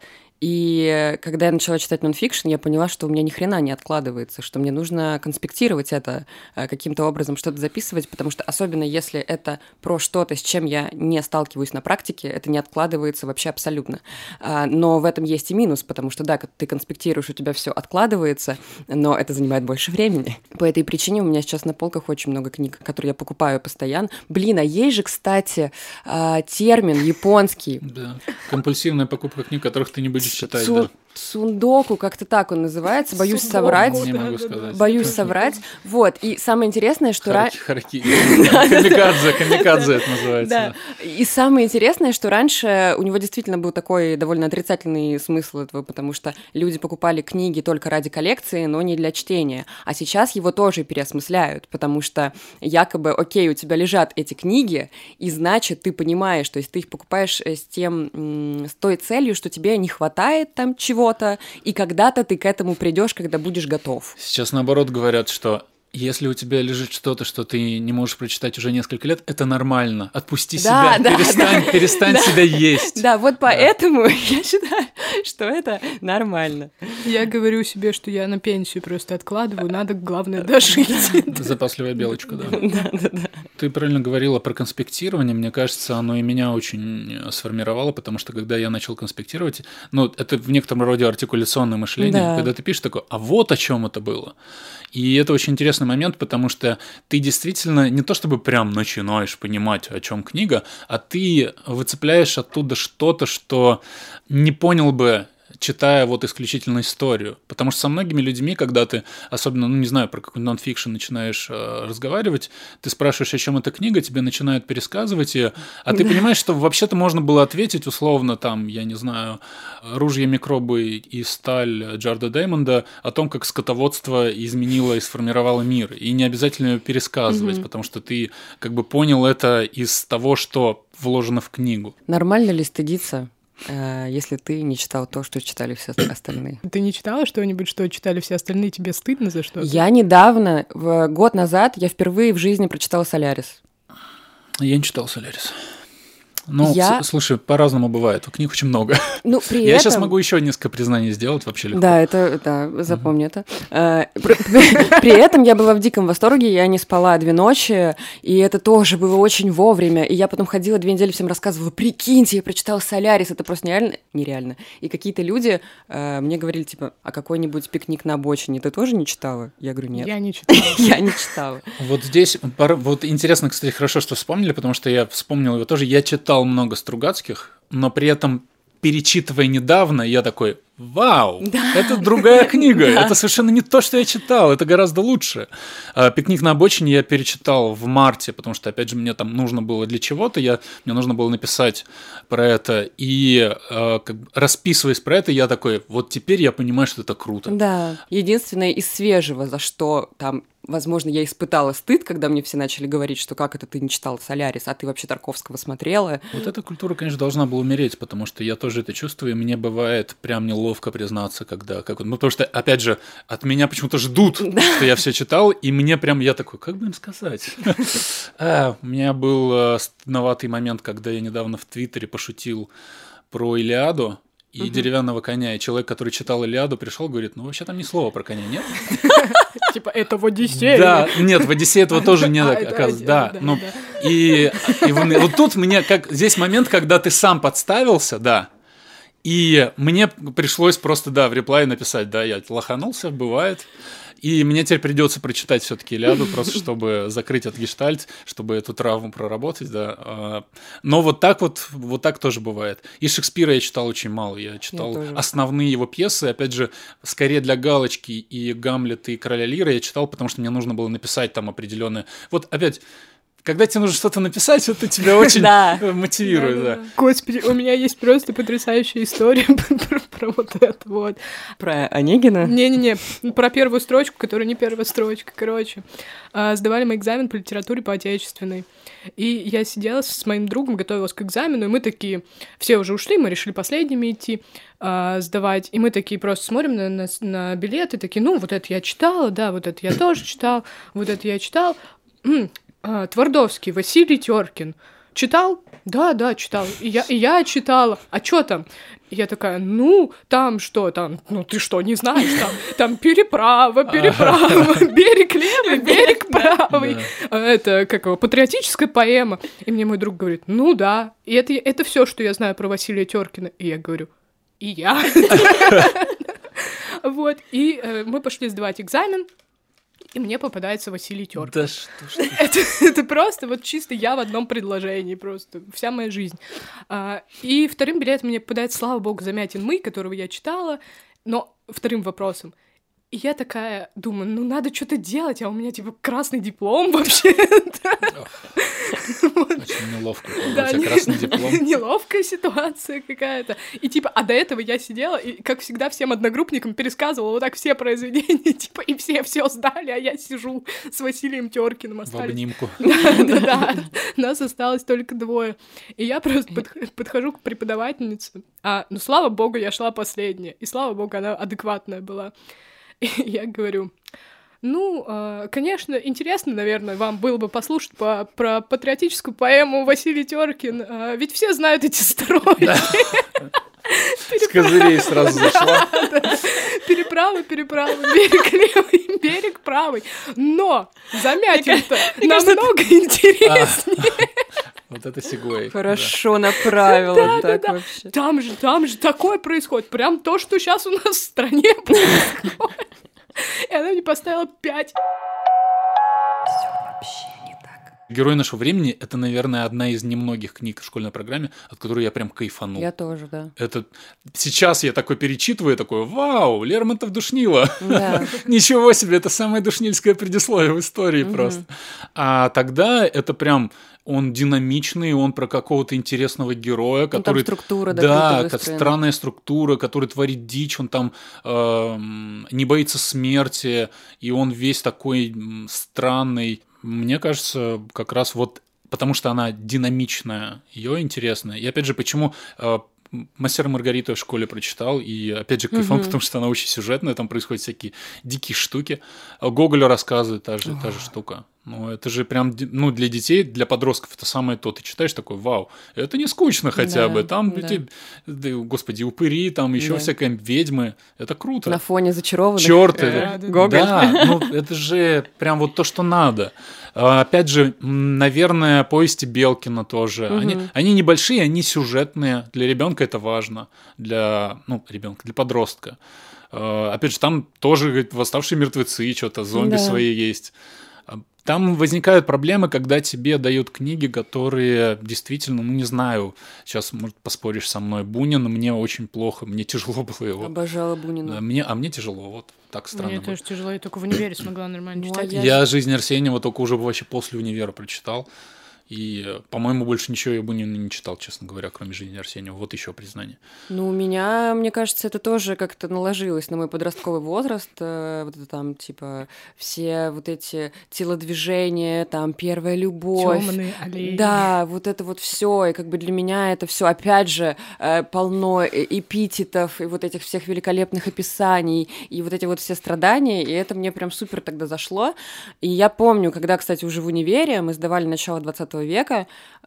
И когда я начала читать нонфикшн, я поняла, что у меня ни хрена не откладывается, что мне нужно конспектировать это, каким-то образом что-то записывать, потому что особенно если это про что-то, с чем я не сталкиваюсь на практике, это не откладывается вообще абсолютно. Но в этом есть и минус, потому что, да, ты конспектируешь, у тебя все откладывается, но это занимает больше времени. По этой причине у меня сейчас на полках очень много книг, которые я покупаю постоянно. Блин, а есть же, кстати, термин японский. Да, компульсивная покупка книг, которых ты не будешь читать, Цу... да. Сундоку, как-то так он называется, боюсь Сундоку, соврать. Не могу сказать. Боюсь соврать. Вот, и самое интересное, что... Хараки, хараки. Камикадзе, камикадзе это называется. И самое интересное, что раньше у него действительно был такой довольно отрицательный смысл этого, потому что люди покупали книги только ради коллекции, но не для чтения. А сейчас его тоже переосмысляют, потому что якобы, окей, у тебя лежат эти книги, и значит, ты понимаешь, то есть ты их покупаешь с тем, с той целью, что тебе не хватает там чего-то, и когда-то ты к этому придешь, когда будешь готов. Сейчас наоборот говорят, что если у тебя лежит что-то, что ты не можешь прочитать уже несколько лет, это нормально. Отпусти да, себя, да, перестань, да, перестань да, себя есть. Да, вот поэтому да. я считаю, что это нормально. Я говорю себе, что я на пенсию просто откладываю, надо, главное, дожить. Запасливая белочка, да. Да, да, да. Ты правильно говорила про конспектирование, мне кажется, оно и меня очень сформировало, потому что когда я начал конспектировать, ну, это в некотором роде артикуляционное мышление, да. когда ты пишешь такое, а вот о чем это было. И это очень интересный момент, потому что ты действительно не то чтобы прям начинаешь понимать, о чем книга, а ты выцепляешь оттуда что-то, что не понял бы, читая вот исключительно историю. Потому что со многими людьми, когда ты, особенно, ну, не знаю, про какой нонфикшн начинаешь э, разговаривать, ты спрашиваешь, о чем эта книга, тебе начинают пересказывать ее, а ты понимаешь, что вообще-то можно было ответить условно, там, я не знаю, «Ружья, микробы и сталь» Джарда Деймонда о том, как скотоводство изменило и сформировало мир. И не обязательно ее пересказывать, mm-hmm. потому что ты как бы понял это из того, что вложено в книгу. Нормально ли стыдиться, если ты не читал то, что читали все остальные? Ты не читала что-нибудь, что читали все остальные, тебе стыдно за что-то? Я недавно, год назад, я впервые в жизни прочитала «Солярис». Я не читал «Солярис». Ну, я... слушай, по-разному бывает, у книг очень много. Ну, при я этом... сейчас могу еще несколько признаний сделать, вообще легко. Да, это, да, запомни mm-hmm. это. При этом я была в диком восторге, я не спала две ночи, и это тоже было очень вовремя. И я потом ходила две недели, всем рассказывала, прикиньте, я прочитала «Солярис», это просто нереально. нереально. И какие-то люди э, мне говорили, типа, а какой-нибудь «Пикник на обочине» ты тоже не читала? Я говорю, нет. Я не читала. Я не читала. Вот здесь, вот интересно, кстати, хорошо, что вспомнили, потому что я вспомнил его тоже. Я читал много Стругацких, но при этом, перечитывая недавно, я такой, вау, да. это другая книга, да. это совершенно не то, что я читал, это гораздо лучше. «Пикник на обочине» я перечитал в марте, потому что, опять же, мне там нужно было для чего-то, я, мне нужно было написать про это, и как, расписываясь про это, я такой, вот теперь я понимаю, что это круто. Да, единственное из свежего, за что там... Возможно, я испытала стыд, когда мне все начали говорить, что как это ты не читал «Солярис», а ты вообще Тарковского смотрела. Вот эта культура, конечно, должна была умереть, потому что я тоже это чувствую, и мне бывает прям неловко признаться, когда... Как... Ну, потому что, опять же, от меня почему-то ждут, да. что я все читал, и мне прям, я такой, как бы им сказать? У меня был стыдноватый момент, когда я недавно в Твиттере пошутил про «Илиаду», и угу. деревянного коня, и человек, который читал «Илиаду», пришел, говорит, ну вообще там ни слова про коня нет. Типа это в «Одиссее». Да, нет, в «Одиссее» этого тоже нет, оказывается, да. И, и вот тут мне, как здесь момент, когда ты сам подставился, да, и мне пришлось просто, да, в реплай написать, да, я лоханулся, бывает. И мне теперь придется прочитать все-таки Илиаду, просто чтобы закрыть этот гештальт, чтобы эту травму проработать, да. Но вот так вот, вот так тоже бывает. И Шекспира я читал очень мало. Я читал я основные его пьесы, опять же, скорее для галочки, и Гамлет, и Короля Лира я читал, потому что мне нужно было написать там определенное. Вот опять. Когда тебе нужно что-то написать, это тебя очень мотивирует, да. Господи, у меня есть просто потрясающая история про вот это вот. Про Онегина? Не-не-не, про первую строчку, которая не первая строчка, короче. Сдавали мы экзамен по литературе по отечественной. И я сидела с моим другом, готовилась к экзамену, и мы такие, все уже ушли, мы решили последними идти сдавать, и мы такие просто смотрим на, на, на билеты, такие, ну, вот это я читала, да, вот это я тоже читал, вот это я читал. А, Твардовский, Василий Теркин. Читал? Да, да, читал. И я, и я читала. А что там? И я такая, ну, там что там? Ну, ты что, не знаешь? Там, там переправа, переправа, берег левый, берег правый. Это, как его, патриотическая поэма. И мне мой друг говорит, ну да. И это, это все, что я знаю про Василия Теркина. И я говорю, и я. Вот, и мы пошли сдавать экзамен. И мне попадается Василий Теркин. Да что ж это, это просто вот чисто я в одном предложении, просто вся моя жизнь. А, и вторым билетом мне попадается, слава богу, Замятин «Мы», которого я читала, но вторым вопросом. И я такая думаю, ну надо что-то делать, а у меня типа красный диплом вообще. Очень неловко, у тебя красный диплом. Неловкая ситуация какая-то. И типа, а до этого я сидела и, как всегда, всем одногруппникам пересказывала вот так все произведения, типа, и все все сдали, а я сижу с Василием Теркиным. В обнимку. Да-да-да, нас осталось только двое. И я просто подхожу к преподавательнице, а, ну, слава богу, я шла последняя, и слава богу, она адекватная была. И я говорю, ну, э, конечно, интересно, наверное, вам было бы послушать по, про патриотическую поэму Василий Теркин, э, ведь все знают эти строки. С козырей сразу зашла. Переправа, переправа, берег левый, берег правый. Но Замятин-то намного интереснее. Вот это сегвей. Хорошо направила так вообще. Там же, там же такое происходит. Прям то, что сейчас у нас в стране происходит. И она мне поставила пять. Все вообще не так. «Герой нашего времени» — это, наверное, одна из немногих книг в школьной программе, от которой я прям кайфанул. Я тоже, да. Это... Сейчас я такой перечитываю, такой, вау, Лермонтов душнило. Да. Ничего себе, это самое душнильское предисловие в истории угу. просто. А тогда это прям... Он динамичный, он про какого-то интересного героя, ну, который... Там структура, да, да странная структура, который творит дичь, он там э, не боится смерти, и он весь такой странный. Мне кажется, как раз вот потому что она динамичная, ее интересно. И опять же, почему... Э, «Мастера и Маргариту» я в школе прочитал, и опять же кайфом, угу. потому что она очень сюжетная, там происходят всякие дикие штуки. Гоголю рассказывает та же, та же штука. Ну, это же прям, ну, для детей, для подростков это самое то. Ты читаешь такой, вау, это не скучно хотя да, бы. Там, да. эти, господи, упыри, там еще да. всякая ведьмы. Это круто. На фоне зачарованных. Чёрты. Да, да, Гоголь. Да, ну, это же прям вот то, что надо. Опять же, наверное, повести Белкина тоже. Угу. Они, они небольшие, они сюжетные. Для ребенка это важно. Для, ну, ребенка, для подростка. Опять же, там тоже «Восставшие мертвецы», что-то зомби да. свои есть. Там возникают проблемы, когда тебе дают книги, которые действительно, ну не знаю, сейчас, может, поспоришь со мной, Бунин, мне очень плохо, мне тяжело было его. Обожала Бунина. Мне, а мне тяжело, вот так странно. Мне было. тоже тяжело, я только в универе смогла нормально ну, читать. А я я «Жизнь Арсеньева» только уже вообще после универа прочитал. И, по-моему, больше ничего я Бунина не читал, честно говоря, кроме «Жизни Арсеньева». Вот еще признание. Ну, у меня, мне кажется, это тоже как-то наложилось на мой подростковый возраст. Вот это там, типа, все вот эти телодвижения, там, первая любовь. Тёмные аллеи. Да, вот это вот все. И как бы для меня это все опять же, полно эпитетов и вот этих всех великолепных описаний, и вот эти вот все страдания. И это мне прям супер тогда зашло. И я помню, когда, кстати, уже в универе мы сдавали начало двадцатого века,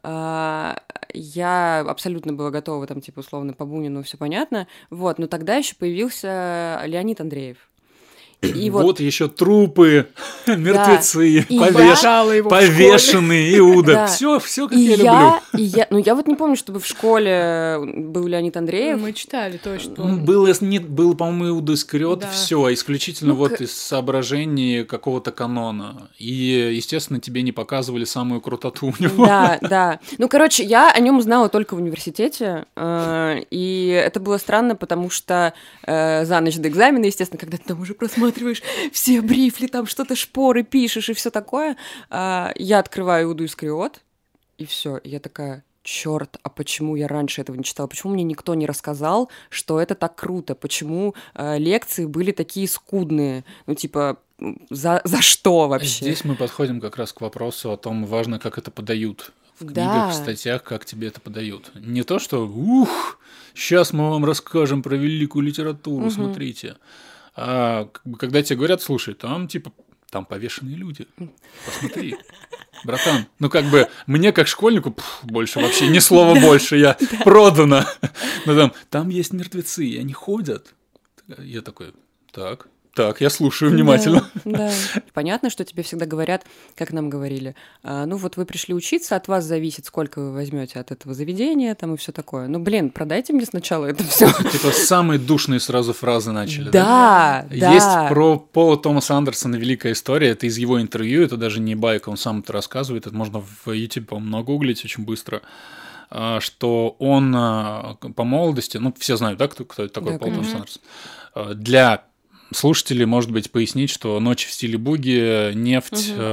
я абсолютно была готова, там, типа, условно, по Бунину, все понятно, вот, но тогда еще появился Леонид Андреев. И вот, вот еще трупы, мертвецы, И повеш- я- его в повешенный Иуда. Да. Все, все как и я люблю. я, и я, ну я вот не помню, чтобы в школе был Леонид Андреев. Мы читали, точно. Ну, был, не, был, по-моему, Иуда Искариот, Да. все, исключительно Ну, вот к- из соображений какого-то канона. И, естественно, тебе не показывали самую крутоту у него. Да, да. Ну, короче, я о нем узнала только в университете, э, и это было странно, потому что э, за ночь до экзамена, естественно, когда ты там уже просматриваешь все брифли, там что-то шпоры пишешь и все такое, э, я открываю Иуду Искариот, и все, я такая... Черт, а почему я раньше этого не читала? Почему мне никто не рассказал, что это так круто? Почему э, лекции были такие скудные? Ну, типа, за, за что вообще? Здесь мы подходим как раз к вопросу о том, важно, как это подают. В книгах, Да. в статьях, как тебе это подают. Не то, что «Ух, сейчас мы вам расскажем про великую литературу, Мгм. смотрите». А как бы, когда тебе говорят, слушай, там типа там повешенные люди, посмотри. Братан, ну как бы мне как школьнику пф, больше вообще ни слова больше, я продана. Но там, там есть мертвецы, и они ходят. Я такой, так, так, я слушаю внимательно. Да, да. Понятно, что тебе всегда говорят, как нам говорили, а, ну вот вы пришли учиться, от вас зависит, сколько вы возьмете от этого заведения, там и все такое. Ну блин, продайте мне сначала это все. Типа самые душные сразу фразы начали. Да? Да, да. Есть про Пола Томаса Андерсона великая история, это из его интервью, это даже не байка, он сам это рассказывает, это можно в YouTube, по-моему, нагуглить очень быстро, а, что он а, по молодости, ну все знают, да, кто, кто это такой Да, Пол Томас конечно. Андерсон, А, для слушателей, может быть, пояснить, что «Ночь в стиле буги», «Нефть», Мгм.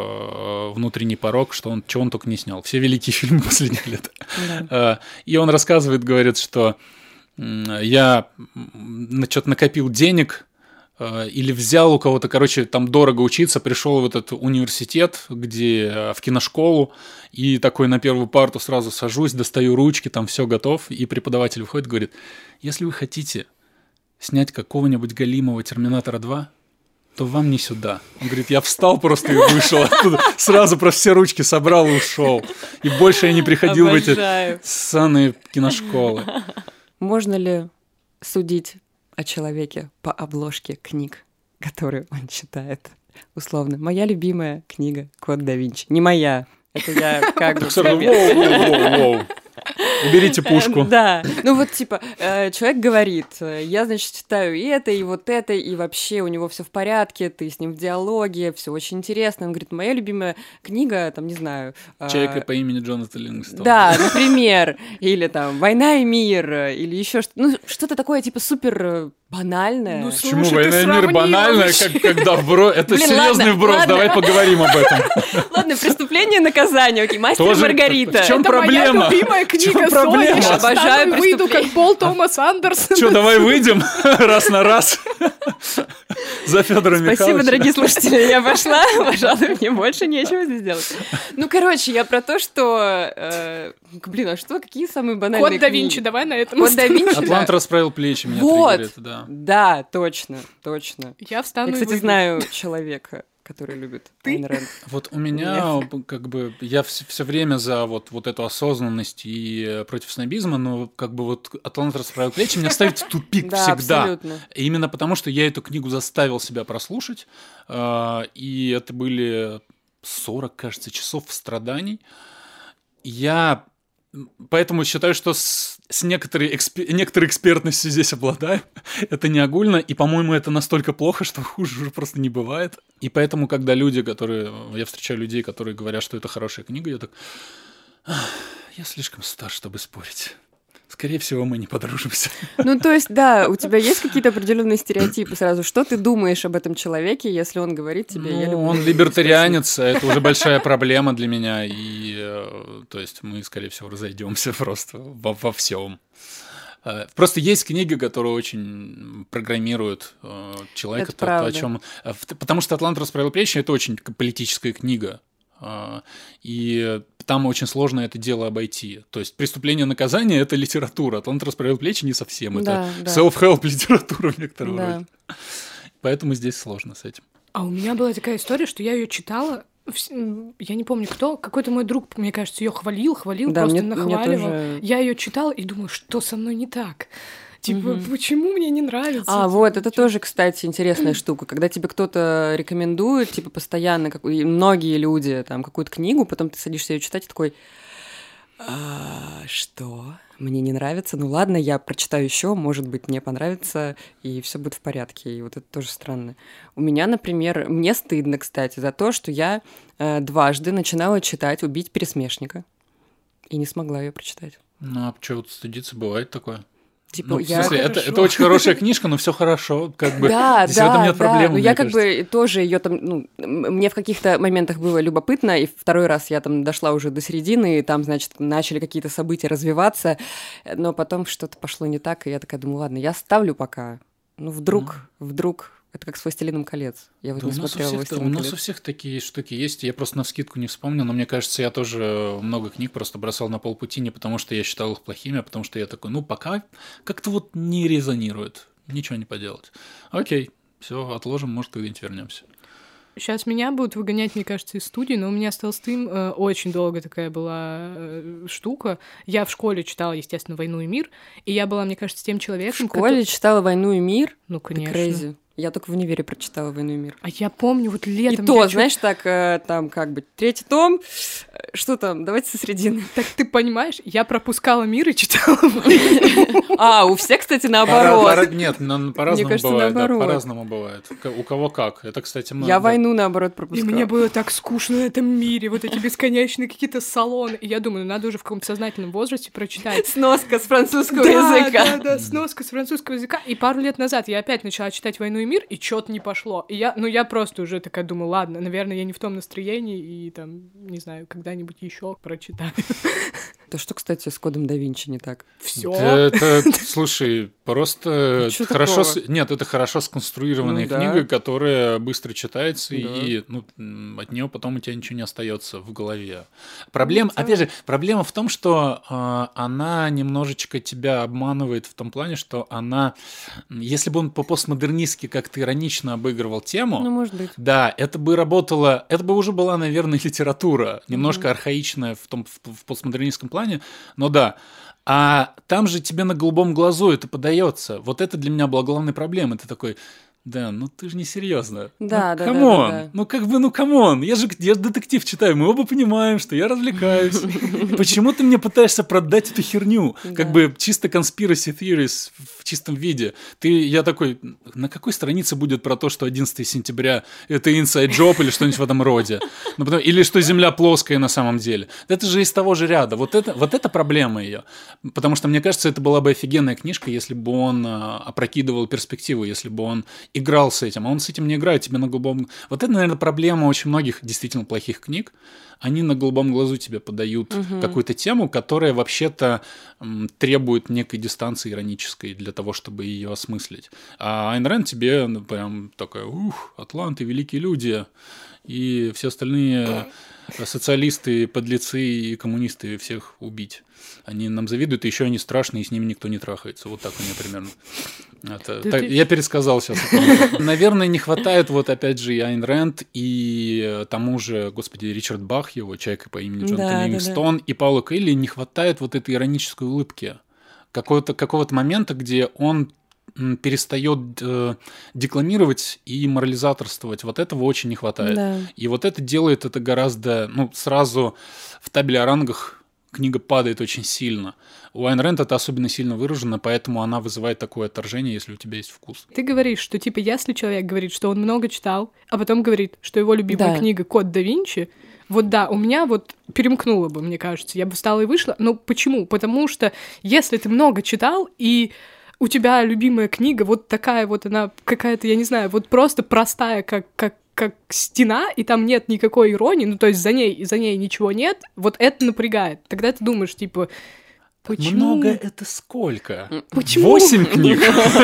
э, «Внутренний порог», что он, чего он только не снял. Все великие фильмы последних лет. Да. Э, И он рассказывает, говорит, что м, я что-то накопил денег э, или взял у кого-то, короче, там дорого учиться, пришел в этот университет, где э, в киношколу, и такой на первую парту сразу сажусь, достаю ручки, там все готов, и преподаватель выходит и говорит, если вы хотите снять какого-нибудь галимого «Терминатора два», то вам не сюда. Он говорит, я встал просто и вышел оттуда, сразу про все ручки собрал и ушел. И больше я не приходил в эти Обожаю. ссаные киношколы. Можно ли судить о человеке по обложке книг, которые он читает? Условно, моя любимая книга «Код да Винчи». Не моя. Это я как бы... Так сразу, воу-воу-воу-воу. Уберите пушку. Э, Да. Ну вот типа э, человек говорит, э, я, значит, читаю и это, и вот это, и вообще у него все в порядке, ты с ним в диалоге, все очень интересно. Он говорит, моя любимая книга, там, не знаю... э, Человека по имени Джонатан Ливингстон. Да, например, или там «Война и мир», э, или еще что-то, ну что-то такое типа супер э, банальное. Ну, Почему Слушай, ты «Война и мир» сравнила банальная, вообще. как, когда вброс? Это Блин, серьезный ладно, вброс, ладно. давай поговорим об этом. Ладно, «Преступление и наказание», окей, «Мастер и Тоже- Маргарита». в чём Это проблема? моя любимая В чём книга, проблема? Соня. Я сейчас Обожаю встану и выйду, как «Преступление». Пол Томас Андерсон. Что, давай выйдем раз на раз за Федора Михайловича. Спасибо, дорогие слушатели, я пошла. Пожалуй, мне больше нечего здесь делать. Ну, короче, я про то, что... э, блин, а что, какие самые банальные Код да книги? Винчи, давай на этом Код да Винчи, Атлант да. расправил плечи, меня Вот. триггерит, да. Да, точно, точно. Я встану Я, и кстати, выйду. знаю человека, который любит Айн Рэнд. Вот у меня как бы я все время за вот, вот эту осознанность и э, против снобизма, но как бы вот «Атлант расправил плечи» меня ставит в тупик Да, всегда. абсолютно. И именно потому, что я эту книгу заставил себя прослушать, э, и это были сорок, кажется, часов страданий. Я поэтому считаю, что с, с некоторой, экспе, некоторой экспертностью здесь обладаю. Это не огульно, и, по-моему, это настолько плохо, что хуже уже просто не бывает. И поэтому, когда люди, которые... Я встречаю людей, которые говорят, что это хорошая книга, я так... «Ах, я слишком стар, чтобы спорить. Скорее всего, мы не подружимся». Ну, то есть, да, у тебя есть какие-то определенные стереотипы сразу. Что ты думаешь об этом человеке, если он говорит тебе, я Ну, люблю... он либертарианец, а это уже большая проблема для меня, и, э, то есть, мы, скорее всего, разойдемся просто во, во всем. Э, Просто есть книги, которые очень программируют э, человека, Это то, то, о правда. чем... Потому что «Атлант расправил плечи» — это очень к- политическая книга. Э, И там очень сложно это дело обойти. То есть «Преступление и наказание» — это литература. «Атлант расправил плечи» не совсем. Это Да, да. self-help литература в некотором Да. роде. Поэтому здесь сложно с этим. А у меня была такая история, что я ее читала. вс- м, Я не помню кто, какой-то мой друг, мне кажется, ее хвалил, хвалил, Да, просто мне- мне нахваливал. тоже- Я ее читала и думаю, что со мной не так. Типа, почему мне не нравится? А, вот, это тоже, кстати, интересная штука. Когда тебе кто-то рекомендует, типа, постоянно, как, и многие люди, там, какую-то книгу, потом ты садишься ее читать и такой, «А, что? Мне не нравится? Ну ладно, я прочитаю еще, может быть, мне понравится, и все будет в порядке». И вот это тоже странно. У меня, например, мне стыдно, кстати, за то, что я э, дважды начинала читать «Убить пересмешника» и не смогла ее прочитать. Ну, а чего тут стыдиться, бывает такое. Типа, Ну, в я... смысле, это, это очень хорошая книжка, но все хорошо, как бы. Да, здесь да, в этом нет да. проблем. Но я как кажется. бы тоже ее там, ну, мне в каких-то моментах было любопытно, и второй раз я там дошла уже до середины, и там, значит, начали какие-то события развиваться, но потом что-то пошло не так, и я такая думаю, ладно, я ставлю пока. Ну, вдруг, mm. вдруг. Это как с «Властелином колец». Я вот да не у нас смотрела у всех, «Властелин у колец». нас у всех такие штуки есть. Я просто навскидку не вспомнил, но мне кажется, я тоже много книг просто бросал на полпути не потому, что я считал их плохими, а потому что я такой, ну, пока как-то вот не резонирует. Ничего не поделать. Окей, все, отложим, может, когда-нибудь вернемся. Сейчас меня будут выгонять, мне кажется, из студии, но у меня с Толстым э, очень долго такая была э, штука. Я в школе читала, естественно, «Войну и мир», и я была, мне кажется, тем человеком... В школе который... читала «Войну и мир»? Ну, конечно. Crazy. Я только в универе прочитала «Войну и мир». А я помню, вот летом... И то, я знаешь, так, э, там, как бы, третий том, что там, давайте со средины. Так ты понимаешь, я пропускала «Мир» и читала. А, у всех, кстати, наоборот. Пора, пора, нет, но по-разному кажется, бывает. наоборот. Да, по-разному бывает. У кого как. Это, кстати, много. Я «Войну», наоборот, И пропускала. мне было так скучно на этом мире, вот эти бесконечные какие-то салоны. И я думаю, надо уже в каком-то сознательном возрасте прочитать. Сноска с французского Да, языка. да, да, сноска с французского языка. И пару лет назад я опять начала читать «Войну и мир», и чё-то не пошло. И я, ну, я просто уже такая думаю, ладно, наверное, я не в том настроении, и там, не знаю, когда-нибудь еще прочитаю. То что, кстати, с «Кодом да Винчи» не так? Все. Это, слушай, просто Чё хорошо... такого? с- Нет, это хорошо сконструированная Ну да. книга, которая быстро читается, Да. и ну, м, от нее потом у тебя ничего не остается в голове. Проблема, опять же, проблема в том, что э, она немножечко тебя обманывает в том плане, что она... Если бы он по-постмодернистски как-то иронично обыгрывал тему... Ну, может быть. Да, это бы работало, это бы уже была, наверное, литература, немножко архаичная в том в, в постмодернистском плане, но да. А там же тебе на голубом глазу это подается. Вот это для меня была главной проблемой. Ты такой, да, ну ты же не серьезно. Да, ну, да, камон. да, да, да. Ну как бы, ну камон. Я же я детектив читаю, мы оба понимаем, что я развлекаюсь. Почему ты мне пытаешься продать эту херню? Как бы чисто conspiracy theories в чистом виде. Ты, я такой, на какой странице будет про то, что одиннадцатого сентября это inside job или что-нибудь в этом роде? Ну, потом, или что Земля плоская на самом деле. Это же из того же ряда. Вот это, вот это проблема ее. Потому что, мне кажется, это была бы офигенная книжка, если бы он а, опрокидывал перспективу, если бы он играл с этим. А он с этим не играет, тебе на голубом... Вот это, наверное, проблема очень многих действительно плохих книг. Они на голубом глазу тебе подают угу. какую-то тему, которая вообще-то м, требует некой дистанции иронической для того, чтобы ее осмыслить. А Айн Рэнд тебе ну, прям такая, ух, атланты, великие люди, и все остальные социалисты, подлецы и коммунисты всех убить. Они нам завидуют, и еще они страшные, и с ними никто не трахается. Вот так у меня примерно. Это, Да так, ты... Я пересказал сейчас. Наверное, не хватает вот опять же и Айн Рэнд, и тому же, господи, Ричард Бах, его «Человек по имени Джонатан Да, да, Ливингстон, да. и Паула Коэльо не хватает вот этой иронической улыбки. Какого-то, какого-то момента, где он перестает э, декламировать и морализаторствовать. Вот этого очень не хватает. Да. И вот это делает это гораздо... Ну, сразу в табеле о рангах книга падает очень сильно. У Айн Рэнд это особенно сильно выражено, поэтому она вызывает такое отторжение, если у тебя есть вкус. Ты говоришь, что, типа, если человек говорит, что он много читал, а потом говорит, что его любимая да. книга «Код да Винчи», вот да, у меня вот перемкнуло бы, мне кажется. Я бы встала и вышла. Но почему? Потому что если ты много читал, и у тебя любимая книга вот такая вот, она какая-то, я не знаю, вот просто простая, как, как, как стена, и там нет никакой иронии, ну, то есть за ней, за ней ничего нет, вот это напрягает. Тогда ты думаешь, типа... Почему? Много это сколько? Почему? Восемь книг?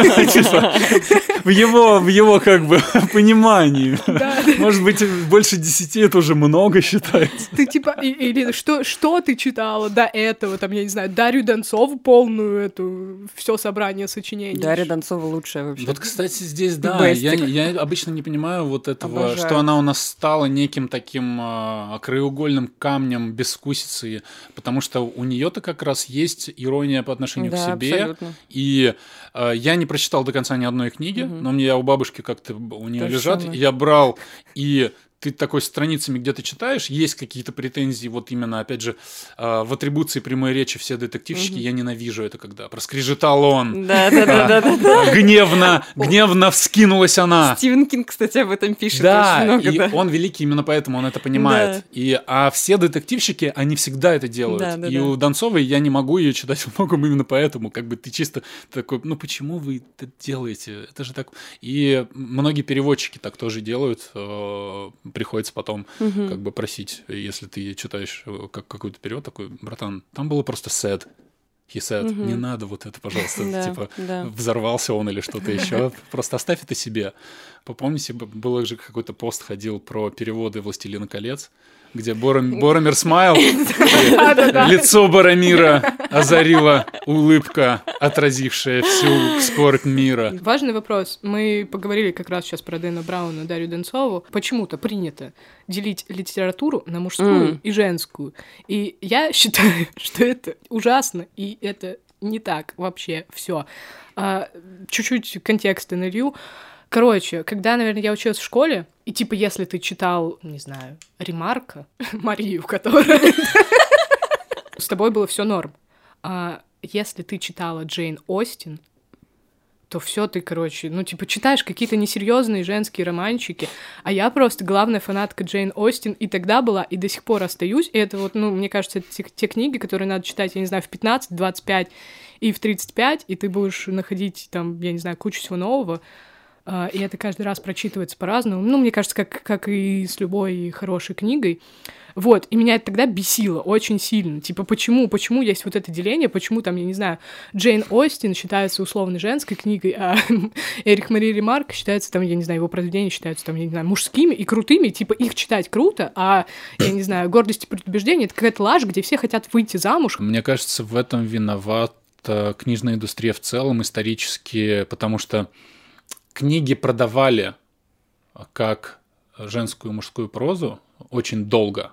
В его, в его как бы понимании. Может быть, больше десяти это уже много считается. Ты типа, или что, что ты читала до этого, там, я не знаю, Дарью Донцову полную эту, все собрание сочинений? Дарья Донцова лучшая вообще. Вот, кстати, здесь, да, я, я обычно не понимаю вот этого, Обожаю. что она у нас стала неким таким э, краеугольным камнем безвкусицы, потому что у нее-то как раз есть есть ирония по отношению Да, к себе. абсолютно. И э, я не прочитал до конца ни одной книги, Мгм. но мне у бабушки как-то у нее То же лежат. самое. Я брал, и ты такой страницами где-то читаешь, есть какие-то претензии, вот именно, опять же, э, в атрибуции прямой речи все детективщики, Мгм. я ненавижу это, когда проскрежетал он, Да-да-да-да-да. гневно, гневно вскинулась она. Стивен Кинг, кстати, об этом пишет Да, очень много, и да. он великий именно поэтому, он это понимает. Да. И, а все детективщики, они всегда это делают. Да, да, и да. у Донцовой я не могу ее читать во многом именно поэтому. Как бы ты чисто такой, ну почему вы это делаете? Это же так... И многие переводчики так тоже делают. Э, Приходится потом Мгм. как бы просить, если ты читаешь э, как, какой-то перевод, такой, братан, там было просто sad. He said, Мгм. не надо вот это, пожалуйста, Да, типа, да. взорвался он или что-то еще, просто оставь это себе. Попомните, б- был же какой-то пост ходил про переводы «Властелина колец», где Бором- Боромир смайл, и лицо Боромира озарила улыбка, отразившая всю скорбь мира. Важный вопрос. Мы поговорили как раз сейчас про Дэна Брауна, Дарью Донцову. Почему-то принято делить литературу на мужскую М. и женскую. И я считаю, что это ужасно, и это не так вообще все. Чуть-чуть контекста налью. Короче, когда, наверное, я училась в школе, и типа, если ты читал, не знаю, Ремарка, Марию, которая... С тобой было все норм. А если ты читала Джейн Остин, то все ты, короче, ну, типа, читаешь какие-то несерьезные женские романчики, а я просто главная фанатка Джейн Остин и тогда была, и до сих пор остаюсь, и это вот, ну, мне кажется, это те, те книги, которые надо читать, я не знаю, в пятнадцать, двадцать пять и в тридцать пять, и ты будешь находить там, я не знаю, кучу всего нового, а, и это каждый раз прочитывается по-разному, ну, мне кажется, как, как и с любой хорошей книгой. Вот, и меня это тогда бесило очень сильно. Типа, почему, почему есть вот это деление, почему там, я не знаю, Джейн Остин считается условно женской книгой, а Эрих Мари Ремарк считается там, я не знаю, его произведения считаются там, я не знаю, мужскими и крутыми, типа, их читать круто, а, я не знаю, «Гордость и предубеждение» — это какая-то лажа, где все хотят выйти замуж. Мне кажется, в этом виновата книжная индустрия в целом исторически, потому что книги продавали как женскую и мужскую прозу очень долго,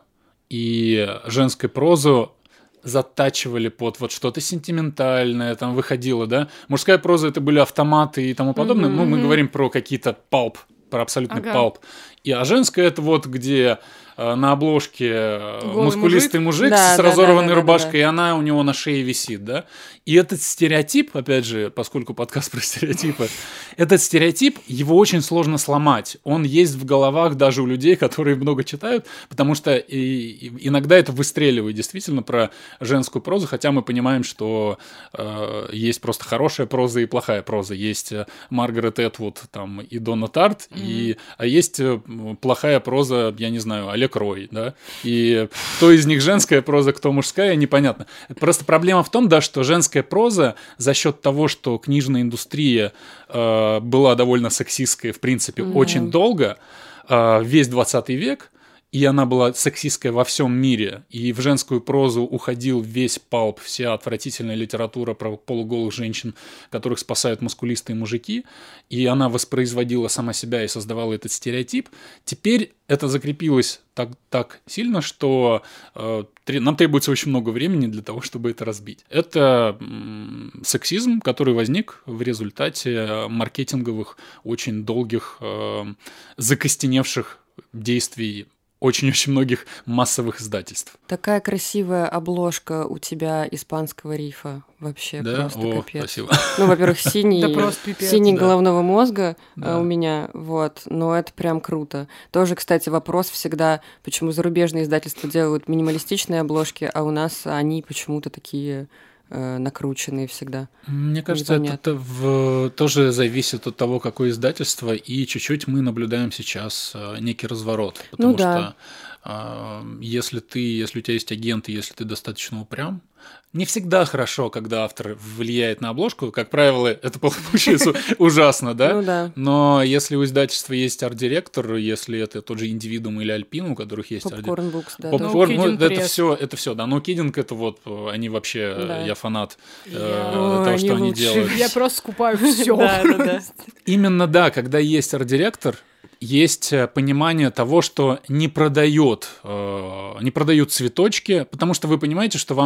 и женскую прозу затачивали под вот что-то сентиментальное, там выходило, да. Мужская проза — это были автоматы и тому подобное. Мгм, Ну, мы мгм. говорим про какие-то палп, про абсолютный Ага. палп. И, а женская — это вот где э, на обложке э, Голый мускулистый мужик, Да, с да, разорванной да, да, да, рубашкой, да. и она у него на шее висит, да. И этот стереотип, опять же, поскольку подкаст про стереотипы, этот стереотип, его очень сложно сломать. Он есть в головах даже у людей, которые много читают, потому что и, и иногда это выстреливает действительно про женскую прозу, хотя мы понимаем, что э, есть просто хорошая проза и плохая проза. Есть э, Маргарет Этвуд там, и Донна Тарт, mm-hmm. и, а есть э, плохая проза, я не знаю, Олег Рой, да, и кто из них женская проза, кто мужская, непонятно. Просто проблема в том, да, что женская проза за счет того, что книжная индустрия э, была довольно сексистская, в принципе, mm-hmm. очень долго, э, весь двадцатый век, и она была сексистская во всем мире, и в женскую прозу уходил весь палп, вся отвратительная литература про полуголых женщин, которых спасают мускулистые мужики, и она воспроизводила сама себя и создавала этот стереотип. Теперь это закрепилось так, так сильно, что э, нам требуется очень много времени для того, чтобы это разбить. Это м, сексизм, который возник в результате маркетинговых, очень долгих, э, закостеневших действий очень-очень многих массовых издательств. Такая красивая обложка у тебя испанского рифа. Вообще да? просто О, капец. Спасибо. Ну, во-первых, синий, Да просто пипец, синий да. головного мозга Да. у меня, вот, но это прям круто. Тоже, кстати, вопрос всегда, почему зарубежные издательства делают минималистичные обложки, а у нас они почему-то такие э, накрученные всегда. Мне кажется, это, Непонятно. это в- тоже зависит от того, какое издательство, и чуть-чуть мы наблюдаем сейчас э, некий разворот, потому Ну да. что э, если ты, если у тебя есть агент, и если ты достаточно упрям, не всегда хорошо, когда автор влияет на обложку, как правило, это получается ужасно, да? Ну да. Но если у издательства есть арт-директор, если это тот же Индивидуум или Альпин, у которых есть арт-директор, Попкорн Букс, да. Попкорн, No ну, Kidding это Press. все, это все, да. Но Кидинг это вот, они вообще, Да. я фанат э, Я- того, Ой, что они они лучшие. делают. Я просто скупаю все. Да, да, да. Именно, да, когда есть арт-директор, есть э, понимание того, что не продает, э, не продают цветочки, потому что вы понимаете, что вам не нужно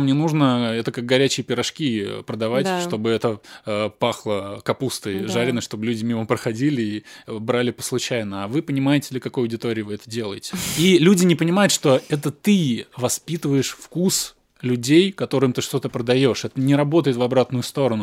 нужно это как горячие пирожки продавать, Да. чтобы это э, пахло капустой Да. жареной, чтобы люди мимо проходили и брали по случайно. А вы понимаете, для какой аудитории вы это делаете? И люди не понимают, что это ты воспитываешь вкус людей, которым ты что-то продаешь. Это не работает в обратную сторону.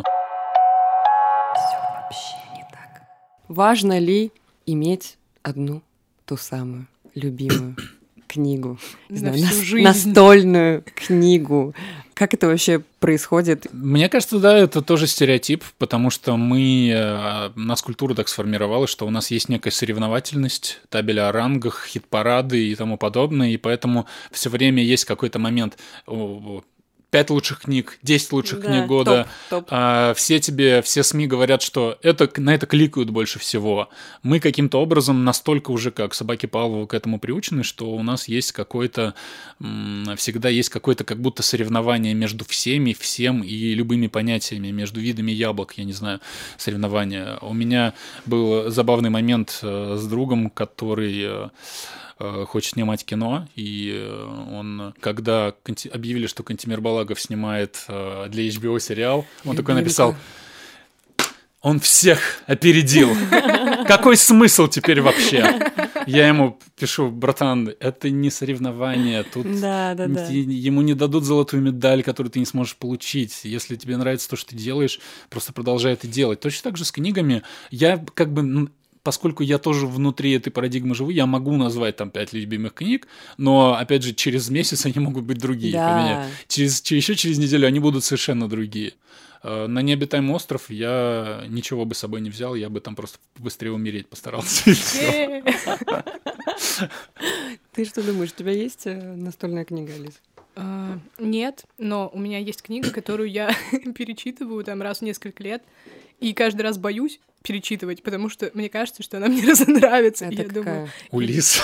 Важно ли иметь одну ту самую любимую книгу? Не На знаю, всю нас- жизнь. настольную книгу. Как это вообще происходит? Мне кажется, да, это тоже стереотип, потому что мы, э, у нас культура так сформировалась, что у нас есть некая соревновательность, табель о рангах, хит-парады и тому подобное, и поэтому все время есть какой-то момент, о, пять лучших книг, десять лучших Да, книг года. топ, топ. А, все тебе, все СМИ говорят, что это, на это кликают больше всего. Мы каким-то образом настолько уже как собаки Павлова к этому приучены, что у нас есть какое-то, м, всегда есть какое-то как будто соревнование между всеми, всем и любыми понятиями, между видами яблок, я не знаю, соревнования. У меня был забавный момент э, с другом, который... э, э, хочет снимать кино, и э, он, когда Канти- объявили, что Кантемир Балагов снимает э, для эйч би о сериал, он такой Любимка. написал: он всех опередил. Какой смысл теперь вообще? Я ему пишу: братан, это не соревнование, тут Да, да, да. е- ему не дадут золотую медаль, которую ты не сможешь получить. Если тебе нравится то, что ты делаешь, просто продолжай это делать. Точно так же с книгами. Я как бы... м, Поскольку я тоже внутри этой парадигмы живу, я могу назвать там пять любимых книг, но, опять же, через месяц они могут быть другие. Да. Поменять. Через, че- еще через неделю они будут совершенно другие. Э, На необитаемый остров я ничего бы с собой не взял, я бы там просто быстрее умереть постарался. и всё. Э, Ты что думаешь, у тебя есть э, настольная книга, Алис? а, Нет, но у меня есть книга, которую я перечитываю там раз в несколько лет, и каждый раз боюсь перечитывать, потому что мне кажется, что она мне разонравится. И Это я думаю, какая? Улис.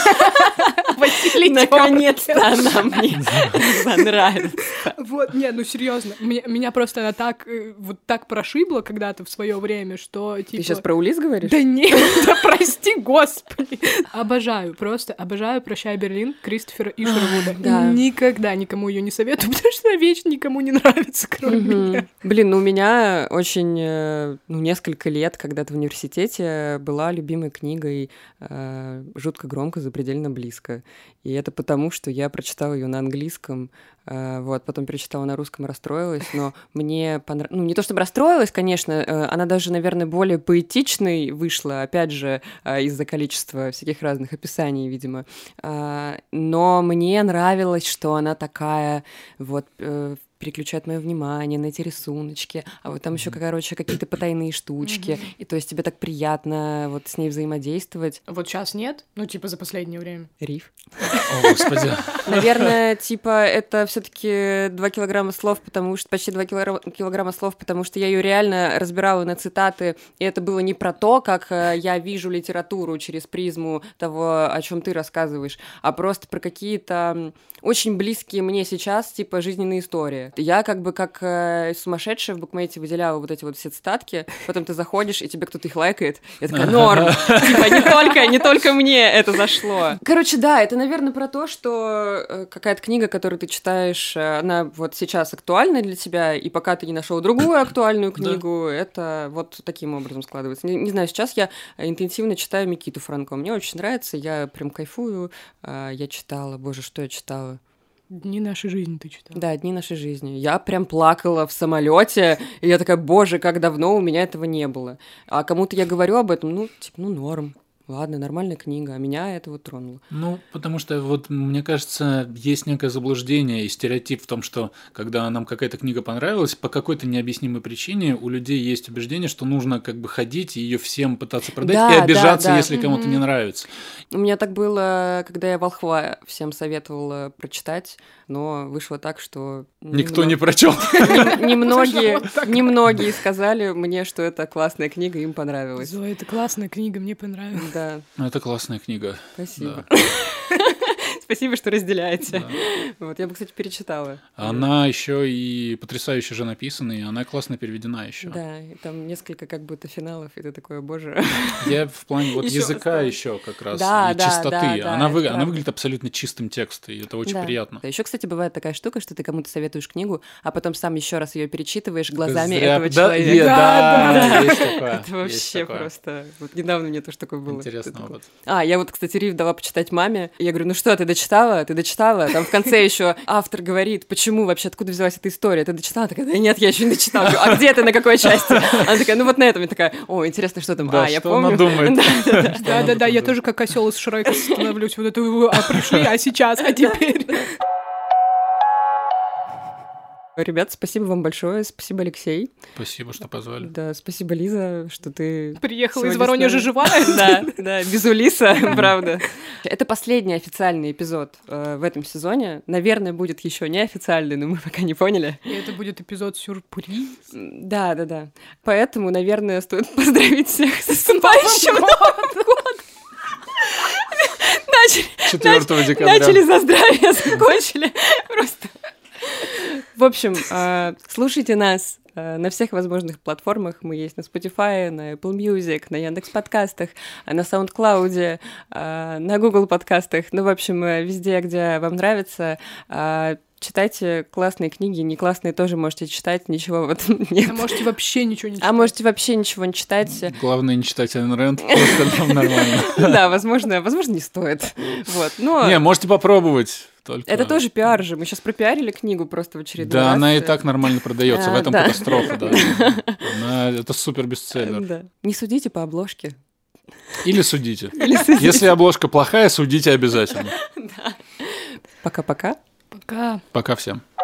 Василий Наконец-то Тёмkin. она мне понравится. Вот, нет, ну серьезно, меня, меня просто она так, э, вот так прошибла когда-то в свое время, что типа... Ты сейчас про Улис говоришь? Да нет, да прости, господи. Обожаю, просто обожаю «Прощай, Берлин» Кристофера Ишервуда. да. Никогда никому ее не советую, потому что она вечно никому не нравится, кроме Мгм. меня. Блин, ну у меня очень, э, ну, несколько лет, когда-то в университете, была любимой книгой э, «Жутко громко, запредельно близко». И это потому, что я прочитала ее на английском, э, вот, потом перечитала на русском и расстроилась, но мне понравилось... Ну, не то чтобы расстроилась, конечно, э, она даже, наверное, более поэтичной вышла, опять же, э, из-за количества всяких разных описаний, видимо. А, но мне нравилось, что она такая вот... э, переключает мое внимание на эти рисуночки, а вот там еще, короче, какие-то потайные штучки, и то есть тебе так приятно вот с ней взаимодействовать. Вот сейчас нет, ну типа за последнее время. Риф. О, господи. Наверное, типа, это все-таки два килограмма слов, потому что почти два килограмма, килограмма слов, потому что я ее реально разбирала на цитаты, и это было не про то, как э, я вижу литературу через призму того, о чем ты рассказываешь, а просто про какие-то м, очень близкие мне сейчас, типа, жизненные истории. Я как бы как э, сумасшедшая в букмейте выделяла вот эти вот все цитатки, потом ты заходишь, и тебе кто-то их лайкает, я такая: норм, типа, не только, не только мне это зашло. Короче, да, это, наверное, про то, что э, какая-то книга, которую ты читаешь, э, она вот сейчас актуальна для тебя, и пока ты не нашел другую актуальную книгу, это вот таким образом складывается. Не, не знаю, сейчас я интенсивно читаю Микиту Франко. Мне очень нравится, я прям кайфую. Э, я читала, боже, что я читала? Дни нашей жизни ты читала. Да, «Дни нашей жизни». Я прям плакала в самолете, и я такая: боже, как давно у меня этого не было. А кому-то я говорю об этом, ну, типа, ну, норм. Ладно, нормальная книга, а меня это вот тронуло. Ну, потому что, вот, мне кажется, есть некое заблуждение и стереотип в том, что когда нам какая-то книга понравилась, по какой-то необъяснимой причине у людей есть убеждение, что нужно как бы ходить и ее всем пытаться продать Да, и обижаться, да, да. если кому-то Мгм. не нравится. У меня так было, когда я «Волхва» всем советовала прочитать, но вышло так, что... Никто немно- не прочел. Нем- Немногие, Вот так. немногие сказали мне, что это классная книга, им понравилось. Зоя, это классная книга, мне понравилась. Да, Ну, это классная книга. спасибо. Да. Спасибо, что разделяете. Да. Вот, я бы, кстати, перечитала. Она еще и потрясающе же написана, и она классно переведена еще. Да, и там несколько как будто финалов, и ты такой, боже. Я в плане вот Ещё языка осталось. еще как раз, Да, и да, чистоты. да, да, она, это вы... она правда. выглядит абсолютно чистым текстом, и это очень Да. приятно. Еще, кстати, бывает такая штука, что ты кому-то советуешь книгу, а потом сам еще раз ее перечитываешь глазами Зря- этого да, человека. е- да, Да, есть такое. Это есть вообще такое. просто... Вот недавно мне тоже такое было. Интересно. Ты такой, Вот. А, я вот, кстати, Рив дала почитать маме. И я говорю, ну что, ты дочитала? Ты дочитала? Там в конце еще автор говорит, почему вообще, откуда взялась эта история? Ты дочитала? Такая, да нет, я еще не дочитала. Говорю, а где ты, на какой части? Она такая, ну вот на этом. Я такая, о, интересно, что там? Да, А, я что помню. она думает? Да-да-да, я тоже как осел из Шрека становлюсь. Вот это, а пришли, а сейчас, а теперь. Ребят, спасибо вам большое. Спасибо, Алексей. Спасибо, что позвали. Да, спасибо, Лиза, что ты... Приехала из сегодня Воронежа с нами. живая. Да, да, без Улиса, правда. Это последний официальный эпизод э, в этом сезоне. Наверное, будет еще неофициальный, но мы пока не поняли. И это будет эпизод сюрприз. Да, да, да. Поэтому, наверное, стоит поздравить всех с наступающим Новым годом. Начали, четвёртого декабря. начали за здравие, закончили. Просто. В общем, э, слушайте нас э, на всех возможных платформах. Мы есть на Spotify, на Apple Music, на Яндекс.Подкастах, э, на SoundCloud, э, на Google подкастах. Ну, в общем, э, везде, где вам нравится. Э, читайте классные книги, не классные тоже можете читать, ничего в этом нет. А можете вообще ничего не читать. А можете вообще ничего не читать. Главное не читать Айн Рэнд, просто там нормально. Да, возможно, возможно, не стоит. Вот, но Не, можете попробовать. Только... это тоже пиар же. Мы сейчас пропиарили книгу просто в очередной Да, раз. она и так нормально продается, в А, этом да. катастрофа, да. Она- Это супер бестселлер. Да. Не судите по обложке. Или судите. Или судите. Если обложка плохая, судите обязательно. Пока-пока. Пока. Пока всем.